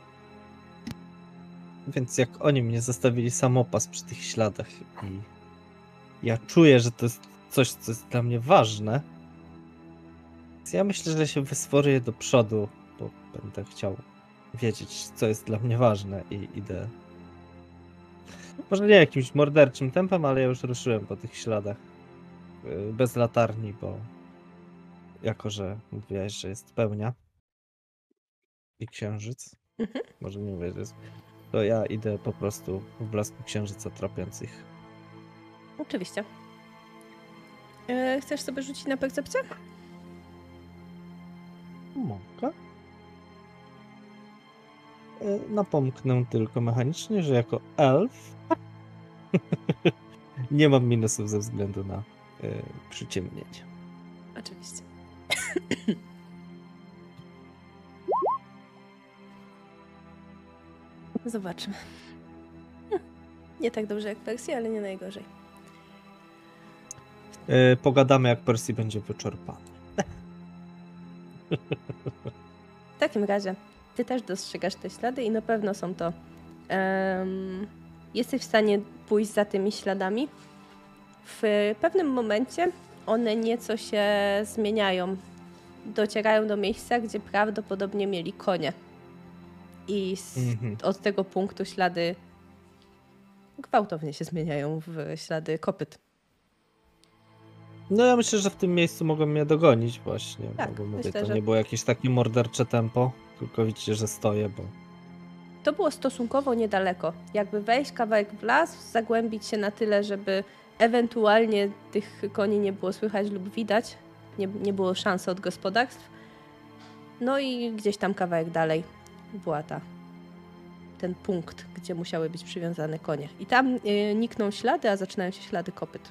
Więc jak oni mnie zostawili samopas przy tych śladach i ja czuję, że to jest coś, co jest dla mnie ważne, więc ja myślę, że się wysworuję do przodu, bo będę chciał wiedzieć, co jest dla mnie ważne i idę. Może nie jakimś morderczym tempem, ale ja już ruszyłem po tych śladach bez latarni, bo jako, że mówiłaś, że jest pełnia i księżyc, Mhm. może nie mówię, że jest, to ja idę po prostu w blasku księżyca tropiąc ich. Oczywiście. E, chcesz sobie rzucić na percepcję? Mogę. E, Napomknę tylko mechanicznie, że jako elf nie mam minusów ze względu na e, przyciemnienie. Oczywiście. Zobaczmy. Hm. Nie tak dobrze jak Percy, ale nie najgorzej. E, Pogadamy, jak Percy będzie wyczerpany. W takim razie ty też dostrzegasz te ślady i na pewno są to... Um, jesteś w stanie pójść za tymi śladami. W pewnym momencie one nieco się zmieniają. Docierają do miejsca, gdzie prawdopodobnie mieli konie. I z, Mhm. od tego punktu ślady gwałtownie się zmieniają w ślady kopyt. No ja myślę, że w tym miejscu mogą mnie dogonić właśnie, Tak, bo mówię, myślę, to że- nie było jakieś takie mordercze tempo, tylko widzicie, że stoję, bo To było stosunkowo niedaleko. Jakby wejść kawałek w las, zagłębić się na tyle, żeby ewentualnie tych koni nie było słychać lub widać. Nie, nie było szansy od gospodarstw. No i gdzieś tam kawałek dalej była ta, ten punkt, gdzie musiały być przywiązane konie. I tam y, nikną ślady, a zaczynają się ślady kopyt.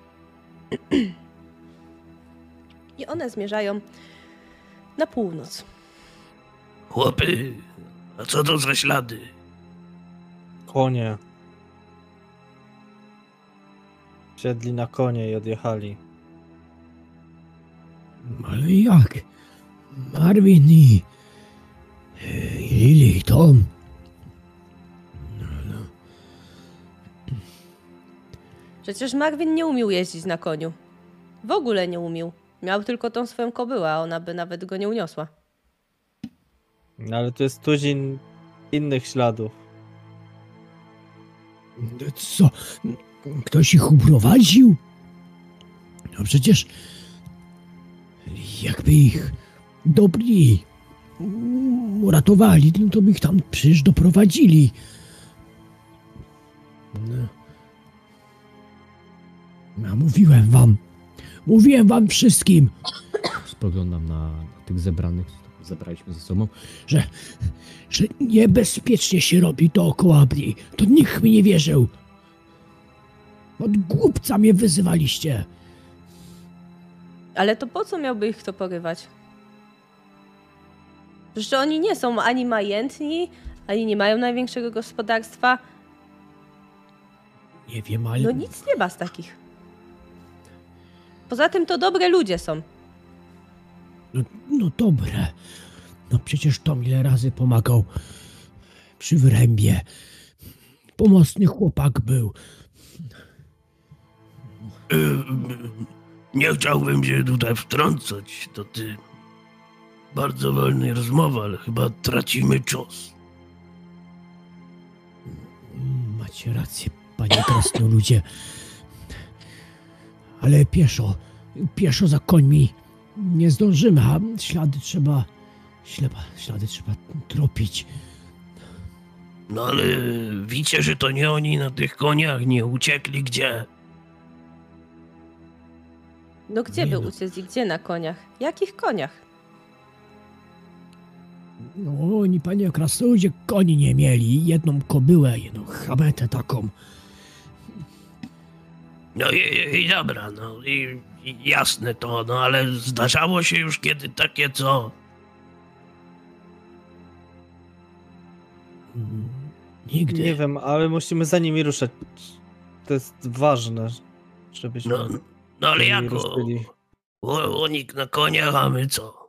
I one zmierzają na północ. Chłopy, a co to za ślady? konie. Siedli na konie i odjechali. Ale jak? Marvin i... i Lily i Tom? No, no. Przecież Marvin nie umiał jeździć na koniu. W ogóle nie umiał. Miał tylko tą swoją kobyłę, a ona by nawet go nie uniosła. No, ale to jest tuzin innych śladów. Co? Ktoś ich uprowadził? No przecież... jakby ich dobri uratowali, no to by ich tam przecież doprowadzili. No. Ja mówiłem wam. Mówiłem wam wszystkim. Spoglądam na, na tych zebranych, zebraliśmy ze sobą, że, że niebezpiecznie się robi dookoła mnie. To nikt mi nie wierzył. Od głupca mnie wyzywaliście. Ale to po co miałby ich kto porywać? Przecież oni nie są ani majętni, ani nie mają największego gospodarstwa. Nie wiem, ale... No nic nie ma z takich. Poza tym to dobre ludzie są. No, no dobre. No przecież Tom ile razy pomagał przy wyrębie. Pomocny chłopak był. Yy, nie chciałbym się tutaj wtrącać, to ty. Bardzo wolna rozmowa, ale chyba tracimy czas. Macie rację, panie krasnoludzie. ale pieszo, pieszo za końmi nie zdążymy, a ślady trzeba, ślepa, ślady trzeba tropić. No ale widzicie, że to nie oni na tych koniach nie uciekli gdzie? No gdzie Nie by no. uciec i gdzie na koniach? Jakich koniach? No oni, panie krasnoludzie, koni nie mieli, jedną kobyłę, jedną chabetę taką. No i, i, i dobra, no i, i jasne to, no ale zdarzało się już kiedy takie co? Mm, Nigdy. Nie wiem, ale musimy za nimi ruszać. To jest ważne, żebyśmy No, no ale za jak nimi o, ruszyli. o, oni na koniach, a my co?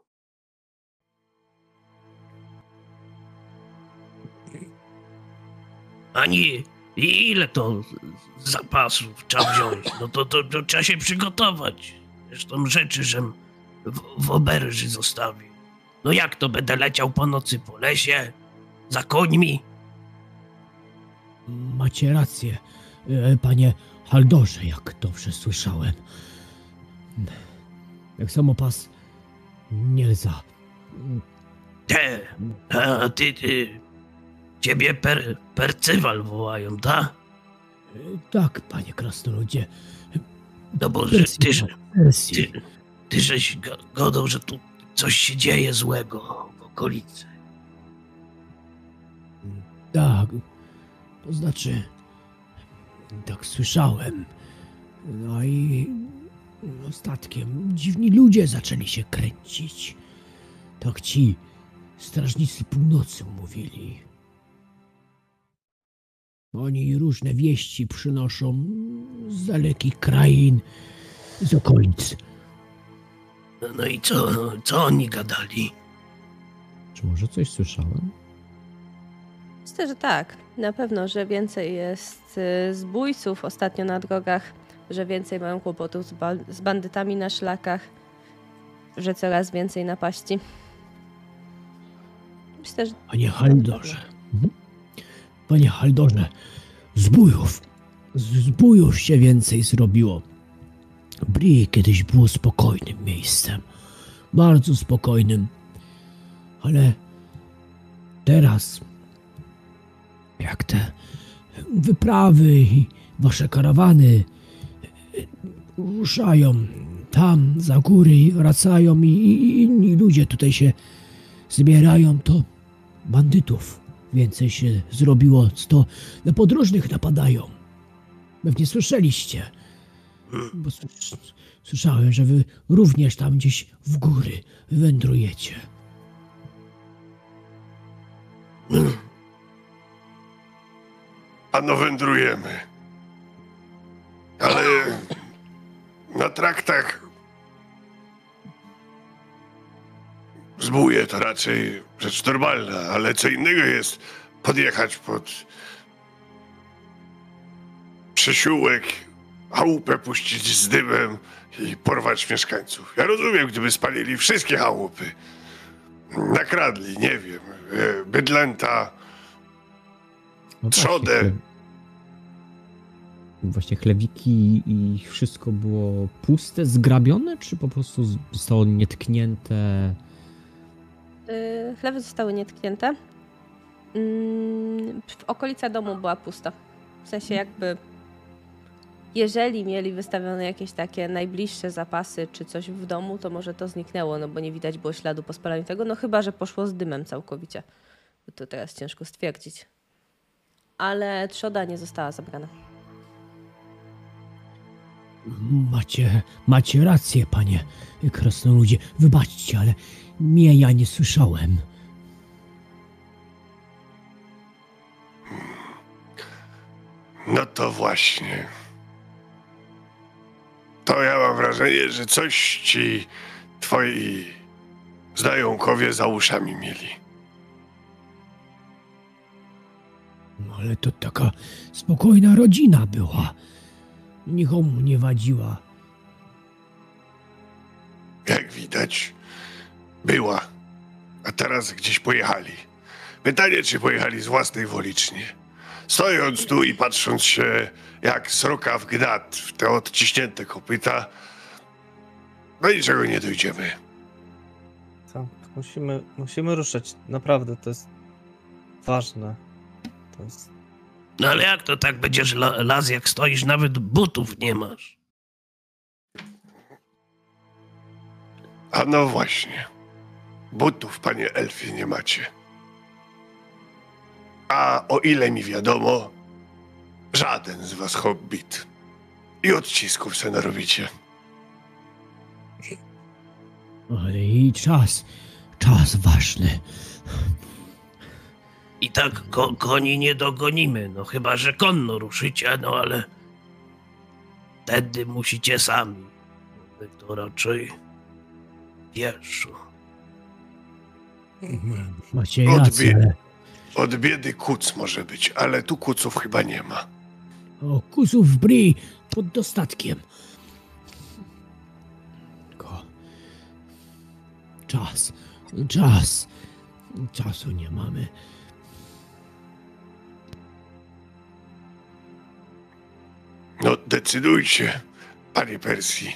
Ani i ile to zapasów trzeba wziąć? No to, to, to trzeba się przygotować. Zresztą rzeczy, żem w, w oberży zostawił. No jak to będę leciał po nocy po lesie? Za końmi? Macie rację, e, panie Haldorze, jak dobrze słyszałem. Jak samopas nie za. Te, a ty, ty, ciebie per, Percywal wołają, tak? Tak, panie krasnoludzie. No bo że ty, że- Persji. ty, ty żeś ga- gadał, że tu coś się dzieje złego w okolicy. Tak, to znaczy, tak słyszałem. No i ostatkiem dziwni ludzie zaczęli się kręcić. Tak ci strażnicy północy mówili. Oni różne wieści przynoszą z dalekich krain, z okolic. No, no i co, co oni gadali? Czy może coś słyszałem? Myślę, że tak. Na pewno, że więcej jest y, zbójców ostatnio na drogach, że więcej mają kłopotów z, ba- z bandytami na szlakach, że coraz więcej napaści. Myślę, że... Panie Haldorze. Mhm. Panie Haldorze, zbójów. Z zbójów się więcej zrobiło. Bri kiedyś było spokojnym miejscem. Bardzo spokojnym. Ale teraz, jak te wyprawy i wasze karawany ruszają tam za góry i wracają i, i inni ludzie tutaj się zbierają, to bandytów więcej się zrobiło, to na podróżnych napadają. Pewnie słyszeliście. Bo słys- słyszałem, że wy również tam gdzieś w góry wędrujecie. Ano wędrujemy. Ale na traktach zbóje to raczej rzecz normalna, ale co innego jest podjechać pod przesiółek, chałupę puścić z dymem i porwać mieszkańców. Ja rozumiem, gdyby spalili wszystkie chałupy, nakradli, nie wiem, e, bydlęta, No Trzodę. Właśnie, chle- właśnie chlewiki i wszystko było puste, zgrabione, czy po prostu z- zostało nietknięte? Yy, chlewy zostały nietknięte. Yy, okolica domu była pusta. W sensie jakby... Jeżeli mieli wystawione jakieś takie najbliższe zapasy czy coś w domu, to może to zniknęło, no bo nie widać było śladu po spalaniu tego, no chyba, że poszło z dymem całkowicie. To teraz ciężko stwierdzić. Ale trzoda nie została zabrana. Macie, macie rację, panie krasnoludzie. Wybaczcie, ale mnie ja nie słyszałem. No to właśnie. To ja mam wrażenie, że coś ci twoi znajomkowie za uszami mieli. No ale to taka spokojna rodzina była. Nikomu nie wadziła. Jak widać, była. A teraz gdzieś pojechali. Pytanie, czy pojechali z własnej woli, czy nie. stojąc tu i patrząc się jak sroka w gnat w te odciśnięte kopyta, do niczego nie dojdziemy. Tak, musimy, musimy ruszać. Naprawdę, to jest ważne. To jest... No ale jak to tak będziesz la- las, jak stoisz, nawet butów nie masz? A no właśnie. Butów, panie elfie, nie macie. A o ile mi wiadomo, żaden z was hobbit. I odcisków se narobicie. Ale i czas, czas ważny. I tak ko- koni nie dogonimy, no chyba, że konno ruszycie, no ale wtedy musicie sami. To raczej pieszo. Macie Od rację, bie- ale Od biedy kuc może być, ale tu kuców chyba nie ma. o, kusów w bryj pod dostatkiem. Tylko czas, czas, czasu nie mamy. No decydujcie, panie Persji.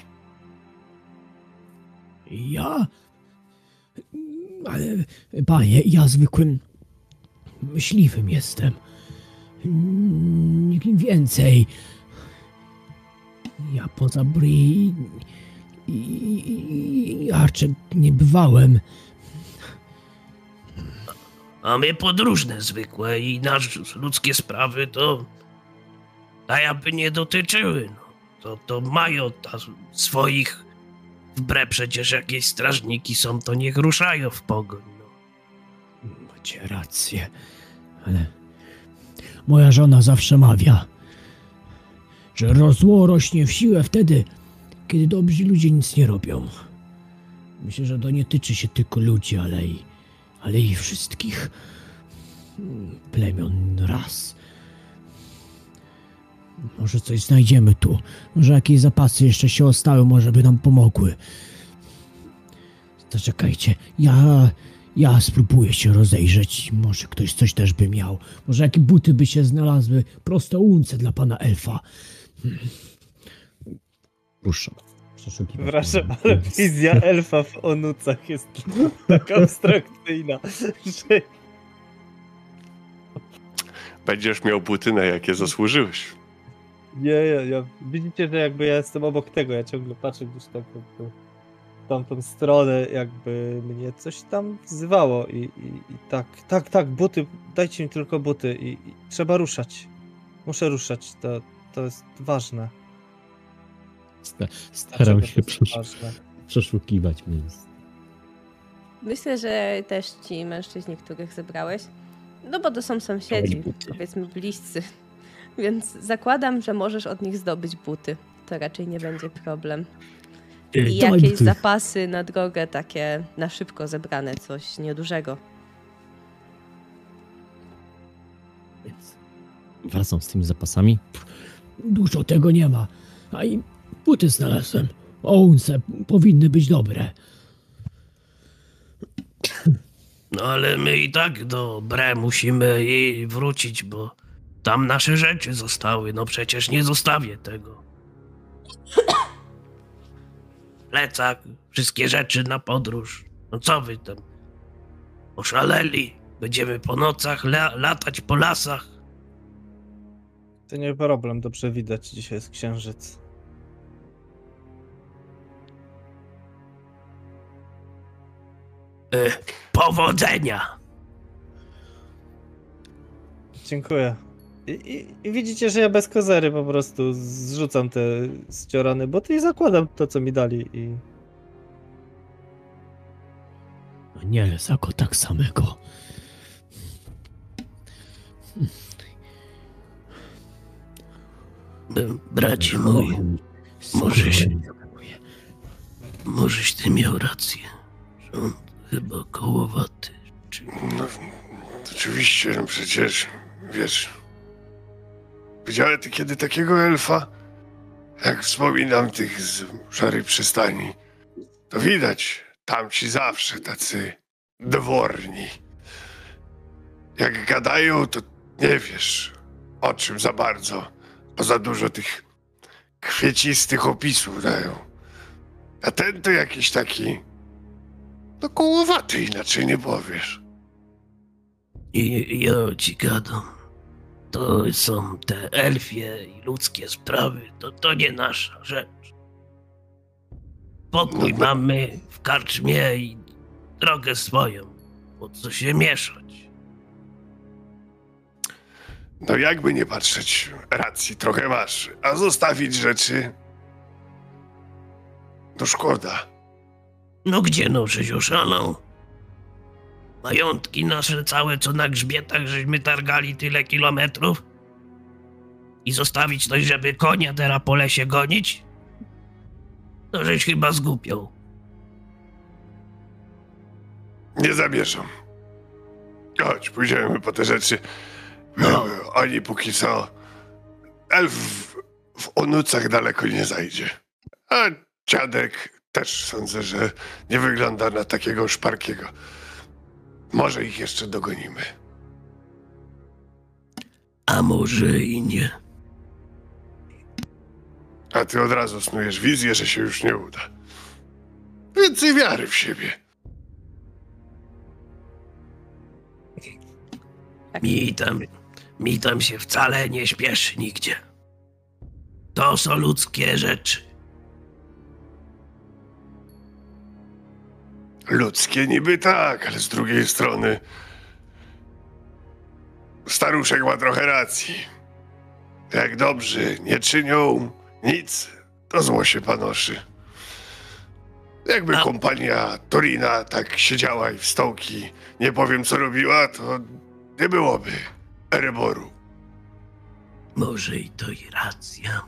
Ja? Ale, panie, ja zwykłym myśliwym jestem. Nikim więcej. Ja poza Bri i, i, i Archer nie bywałem. A my podróżne zwykłe i nasze ludzkie sprawy to tak jakby nie dotyczyły. No. To, to mają ta, swoich wbrew przecież jakieś strażniki są, to niech ruszają w pogoń. No. Macie rację, ale moja żona zawsze mawia, że zło rośnie w siłę wtedy, kiedy dobrzy ludzie nic nie robią. Myślę, że to nie tyczy się tylko ludzi, ale i, ale i wszystkich plemion, ras. Może coś znajdziemy tu. Może jakieś zapasy jeszcze się ostały, może by nam pomogły. Zaczekajcie, ja... Ja spróbuję się rozejrzeć. Może ktoś coś też by miał. Może jakie buty by się znalazły. Prosto łunce dla pana elfa. Ruszam. Przeszukiwać. Przepraszam, ale wizja elfa w onucach jest tak abstrakcyjna, że... Będziesz miał buty, na jakie zasłużyłeś. Nie, ja, ja... Widzicie, że jakby ja jestem obok tego, ja ciągle patrzę gdzieś tak jakby w tamtą stronę, jakby mnie coś tam wzywało i, i, i tak, tak, tak, buty, dajcie mi tylko buty i, i trzeba ruszać. Muszę ruszać, to, to jest ważne. Sta- Staram Dlaczego się to jest przesz- ważne? przeszukiwać miejsc. Myślę, że też ci mężczyźni, których zebrałeś, no bo to są sąsiedzi, buty. powiedzmy bliscy, więc zakładam, że możesz od nich zdobyć buty. To raczej nie będzie problem. I Daj jakieś buty. zapasy na drogę, takie na szybko zebrane, coś niedużego. Więc wracam z tymi zapasami. Dużo tego nie ma. A i buty znalazłem. Ounce powinny być dobre. No ale my i tak do Bre musimy jej wrócić, bo tam nasze rzeczy zostały. No przecież nie zostawię tego. Plecak, wszystkie rzeczy na podróż. No co wy tam? Oszaleli? Będziemy po nocach la- latać po lasach? To nie problem, dobrze widać, dzisiaj jest księżyc. E, powodzenia! Dziękuję. I, i, I widzicie, że ja bez kozery po prostu zrzucam te ściorane buty i zakładam to, co mi dali i... No nie, Lesako, tak samego. E, Bracie mój, możeś, możeś ty miał rację, że on chyba kołowaty. Czy... No, oczywiście, no przecież, wiesz... Widziałeś ty kiedy takiego elfa? Jak wspominam tych z Szarej Przystani, to widać, tamci zawsze tacy dworni. Jak gadają, to nie wiesz, o czym za bardzo, bo za dużo tych kwiecistych opisów dają. A ten to jakiś taki, no kołowaty, inaczej nie powiesz. I ja ci gadam. To są te elfie i ludzkie sprawy. To, to nie nasza rzecz. Pokój No, mamy w karczmie i drogę swoją. Po co się mieszać? No jakby nie patrzeć, racji trochę masz, a zostawić rzeczy, to szkoda. No gdzie no, żeś oszalał? Majątki nasze całe, co na grzbietach żeśmy targali tyle kilometrów? I zostawić coś, żeby konia teraz po lesie gonić? To żeś chyba zgłupiał. Nie zamierzam. Chodź, pójdziemy po te rzeczy. No. Oni póki co... Elf w, w onucach daleko nie zajdzie. A dziadek też sądzę, że nie wygląda na takiego szparkiego. Może ich jeszcze dogonimy. A może i nie. A ty od razu snujesz wizję, że się już nie uda. Więcej wiary w siebie. Mi tam, mi tam się wcale nie śpieszy nigdzie. To są ludzkie rzeczy. Ludzkie niby tak, ale z drugiej strony staruszek ma trochę racji. Jak dobrzy nie czynią nic, to zło się panoszy. Jakby A- kompania Torina tak siedziała i w stołki nie powiem co robiła, to nie byłoby Ereboru. Może i to i racja.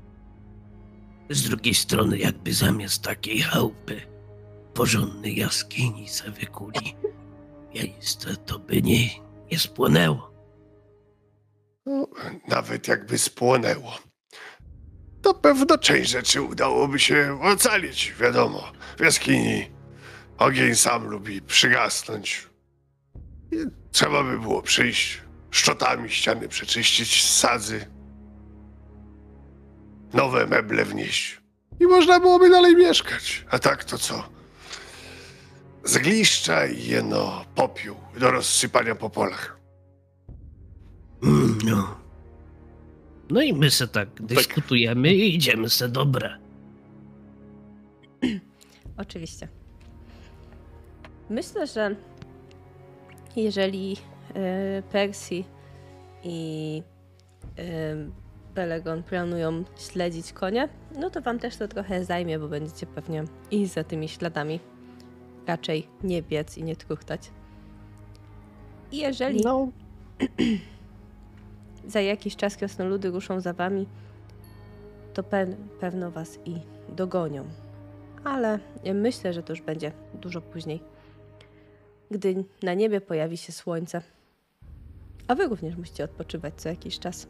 Z drugiej strony, jakby zamiast takiej chałupy porządnej jaskini se wykuli miejsce, to by nie, nie spłonęło. No, nawet jakby spłonęło. To pewno część rzeczy udałoby się ocalić, wiadomo. W jaskini ogień sam lubi przygasnąć. I trzeba by było przyjść, szczotami ściany przeczyścić, sadzy, nowe meble wnieść. I można byłoby dalej mieszkać. A tak to co? Zgliszcza i jeno popiół do rozsypania po polach. Mm, no. No i my se tak dyskutujemy i idziemy se dobre. Oczywiście. Myślę, że jeżeli e, Percy i e, Belegon planują śledzić konie, no to wam też to trochę zajmie, bo będziecie pewnie iść za tymi śladami. Raczej nie biec i nie truchtać. I jeżeli No, za jakiś czas krasnoludy ruszą za wami, to pe- pewno was i dogonią. Ale myślę, że to już będzie dużo później, gdy na niebie pojawi się słońce. A wy również musicie odpoczywać co jakiś czas.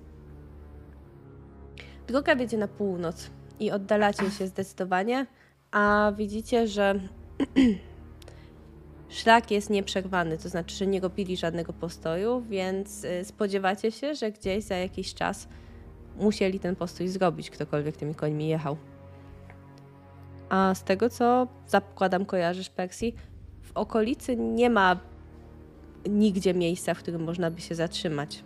Droga wiedzie na północ i oddalacie się zdecydowanie, a widzicie, że szlak jest nieprzerwany, to znaczy, że nie robili żadnego postoju, więc y, spodziewacie się, że gdzieś za jakiś czas musieli ten postój zrobić, ktokolwiek tymi końmi jechał. A z tego, co zakładam, kojarzysz, Percy, w okolicy nie ma nigdzie miejsca, w którym można by się zatrzymać.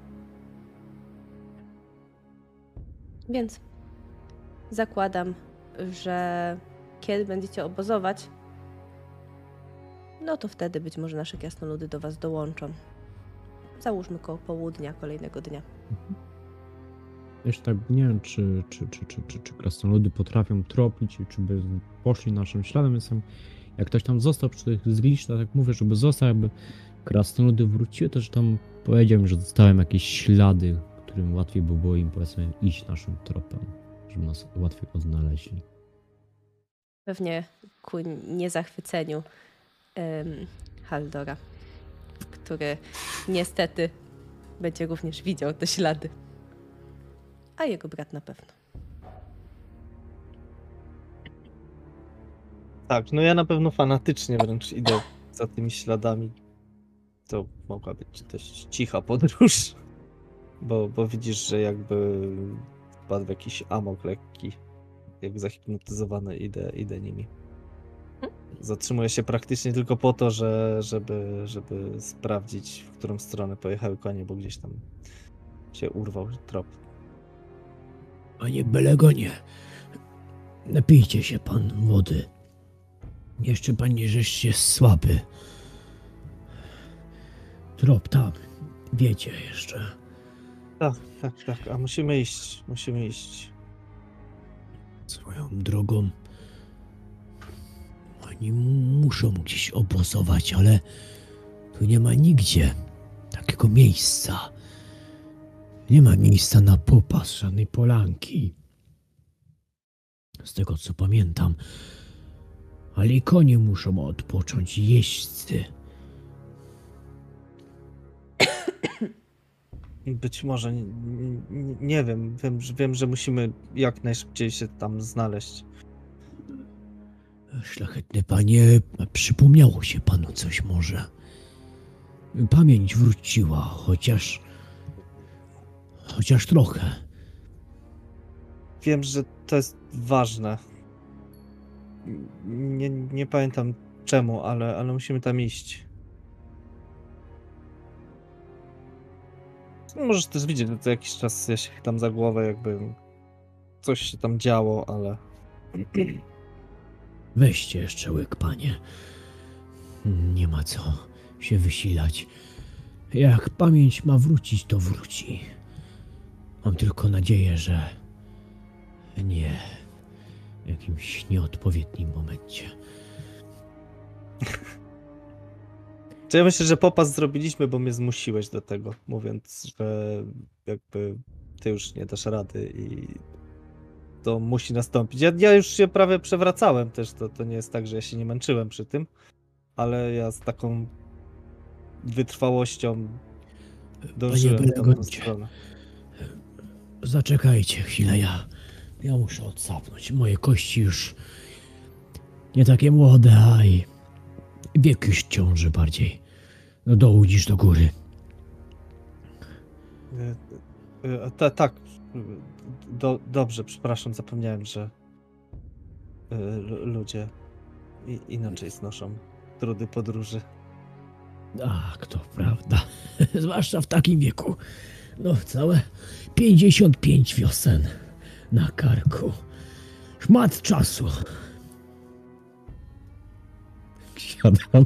Więc zakładam, że kiedy będziecie obozować, no to wtedy być może nasze krasnoludy do was dołączą. Załóżmy koło południa kolejnego dnia. Jeszcze tak nie wiem, czy, czy, czy, czy, czy, czy krasnoludy potrafią tropić i czy by poszli naszym śladem, więc tam, jak ktoś tam został przy tych zgliszczach, tak mówię, żeby został, jakby krasnoludy wróciły, to że tam powiedziałem, że zostałem jakieś ślady, którym łatwiej by było im, powiedzmy, iść naszym tropem, żeby nas łatwiej odnaleźli. Pewnie ku niezachwyceniu um, Haldora, który niestety będzie również widział te ślady. A jego brat na pewno. tak, no ja na pewno fanatycznie wręcz idę za tymi śladami. To mogła być dość cicha podróż. Bo, bo widzisz, że jakby wpadł w jakiś amok lekki. Jak zahipnotyzowany idę, idę nimi. Zatrzymuję się praktycznie tylko po to, że, żeby, żeby sprawdzić, w którą stronę pojechały konie, bo gdzieś tam się urwał trop. Panie Belegonie, napijcie się pan wody. Jeszcze panie żeś jest słaby. Trop tam, wiecie jeszcze. Tak, tak, tak, a musimy iść, musimy iść. Swoją drogą. Oni muszą gdzieś obozować, ale tu nie ma nigdzie takiego miejsca. Nie ma miejsca na popas, żadnej polanki. Z tego co pamiętam. Ale i konie muszą odpocząć, jeźdźcy. Być może, nie, nie, nie wiem, wiem, że- wiem, że musimy jak najszybciej się tam znaleźć. Szlachetny panie, przypomniało się panu coś może. Pamięć wróciła, chociaż... chociaż trochę. Wiem, że to jest ważne. Nie, nie pamiętam czemu, ale, ale musimy tam iść. Możesz też widzieć, że co jakiś czas ja się tam za głowę, jakby coś się tam działo, ale... Weźcie jeszcze łyk, panie. Nie ma co się wysilać. Jak pamięć ma wrócić, to wróci. Mam tylko nadzieję, że nie w jakimś nieodpowiednim momencie. To ja myślę, że popas zrobiliśmy, bo mnie zmusiłeś do tego, mówiąc, że jakby ty już nie dasz rady i to musi nastąpić. Ja, ja już się prawie przewracałem też, to, to nie jest tak, że ja się nie męczyłem przy tym, ale ja z taką wytrwałością dążyłem w tamtą Belegoncie. stronę. Zaczekajcie chwilę, ja, ja muszę odsapnąć. Moje kości już nie takie młode, a i wiek już ciąży bardziej do dołu niż do góry. E, e, ta, tak, do, dobrze, przepraszam, zapomniałem, że e, l- ludzie i, inaczej znoszą trudy podróży. Tak, to prawda. Zwłaszcza w takim wieku. No, całe pięćdziesiąt pięć wiosen na karku. Szmat czasu. Siadam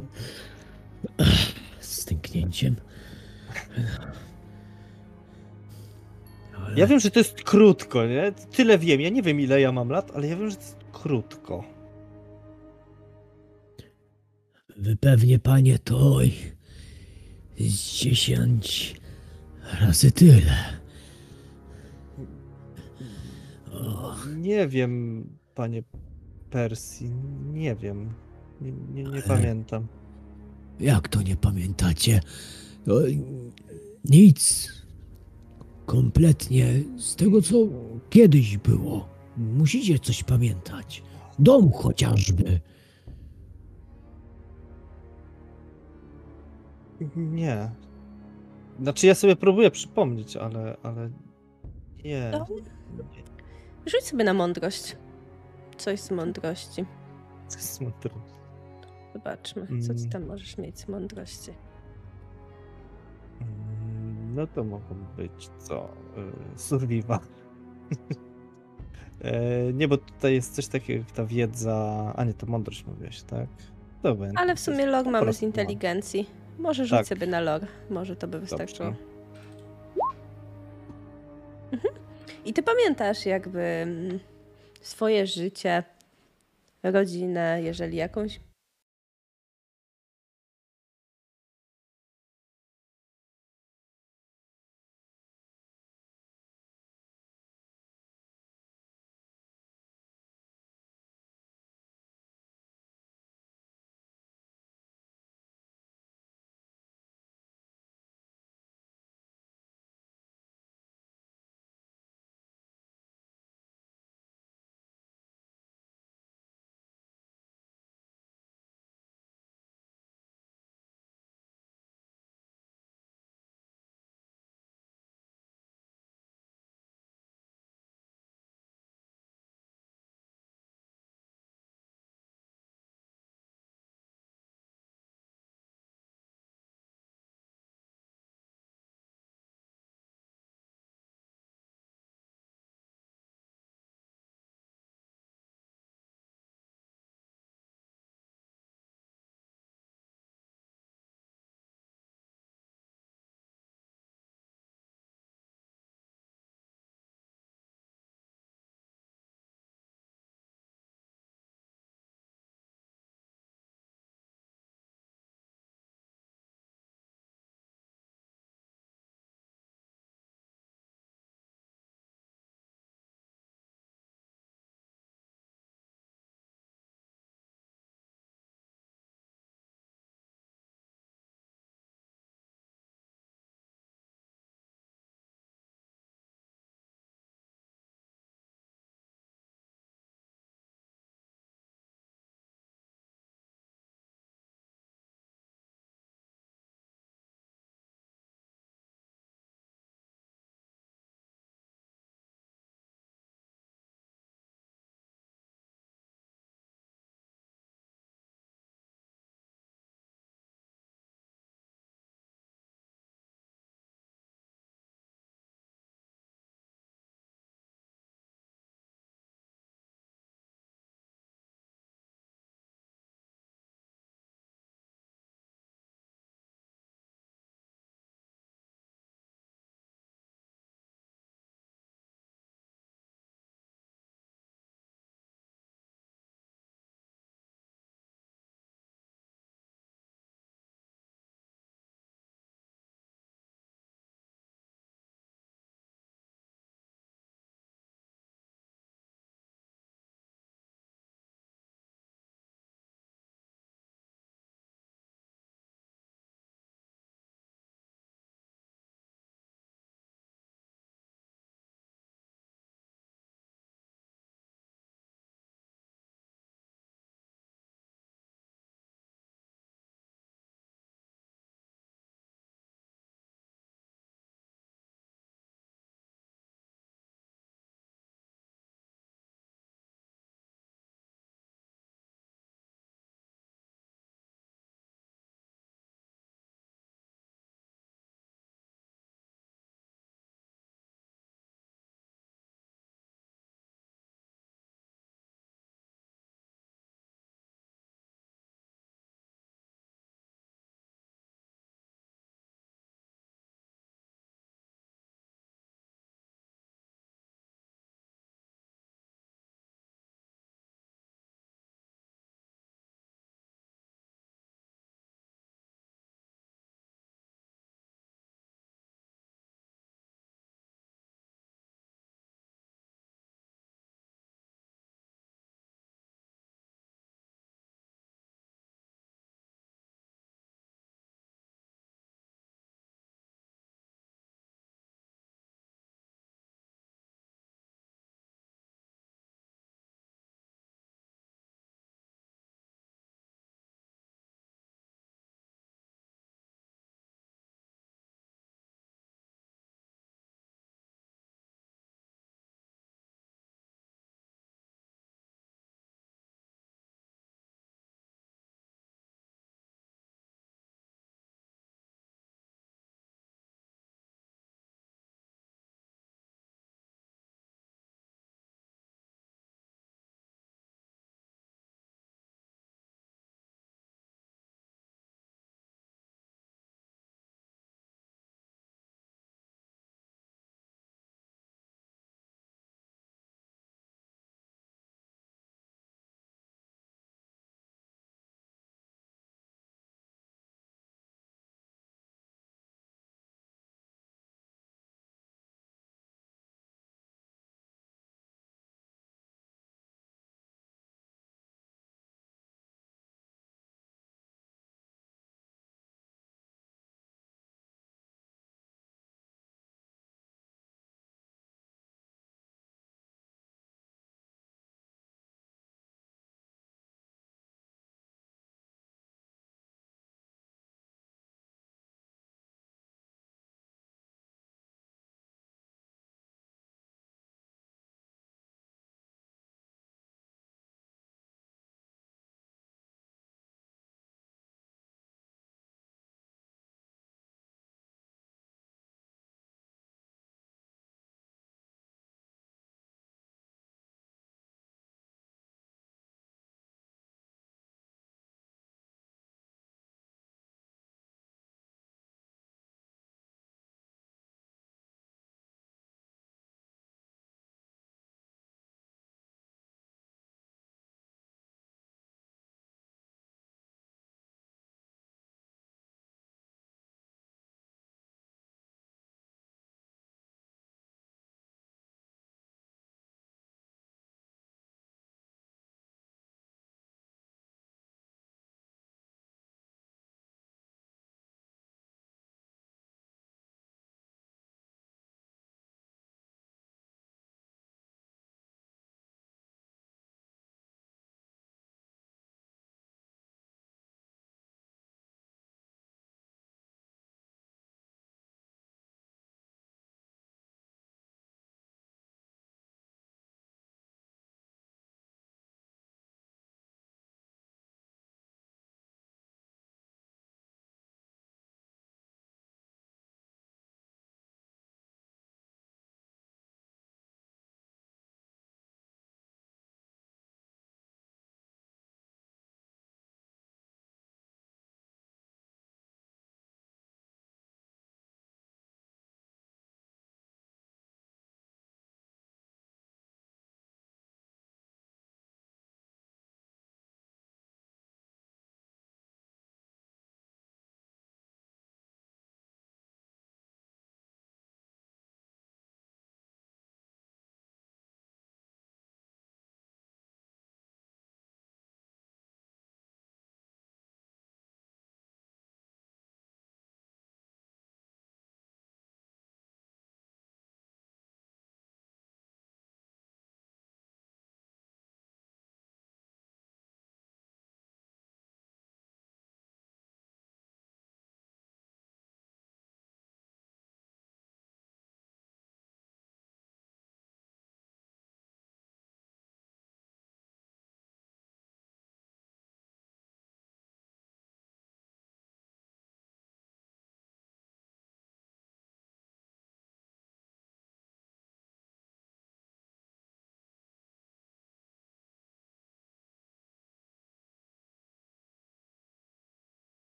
z stęknięciem. Ale Ja wiem, że to jest krótko, nie? Tyle wiem, ja nie wiem ile ja mam lat, ale ja wiem, że to jest krótko. wy pewnie, panie, to oj, z dziesięć razy tyle. O, Nie wiem, panie Persji, nie wiem. Nie, nie, nie Ale- pamiętam. jak to nie pamiętacie? Oj, nic. Kompletnie z tego, co kiedyś było. Musicie coś pamiętać. Dom chociażby. Nie. Znaczy ja sobie próbuję przypomnieć, ale, ale nie. No. Rzuć sobie na mądrość. Coś z mądrości. To jest mądre. Zobaczmy, co ty tam możesz mieć z mądrości. Mm, No to mogą być co? Y, Survival. E, Nie, bo tutaj jest coś takiego jak ta wiedza. A nie, to mądrość mówiłeś, tak? Dobra. Ale w sumie log po mamy z prostu mam. inteligencji. Może rzuć Tak. sobie na log. Może to by wystarczyło. Dobrze. Mhm. I ty pamiętasz jakby mm, swoje życie, rodzinę, jeżeli jakąś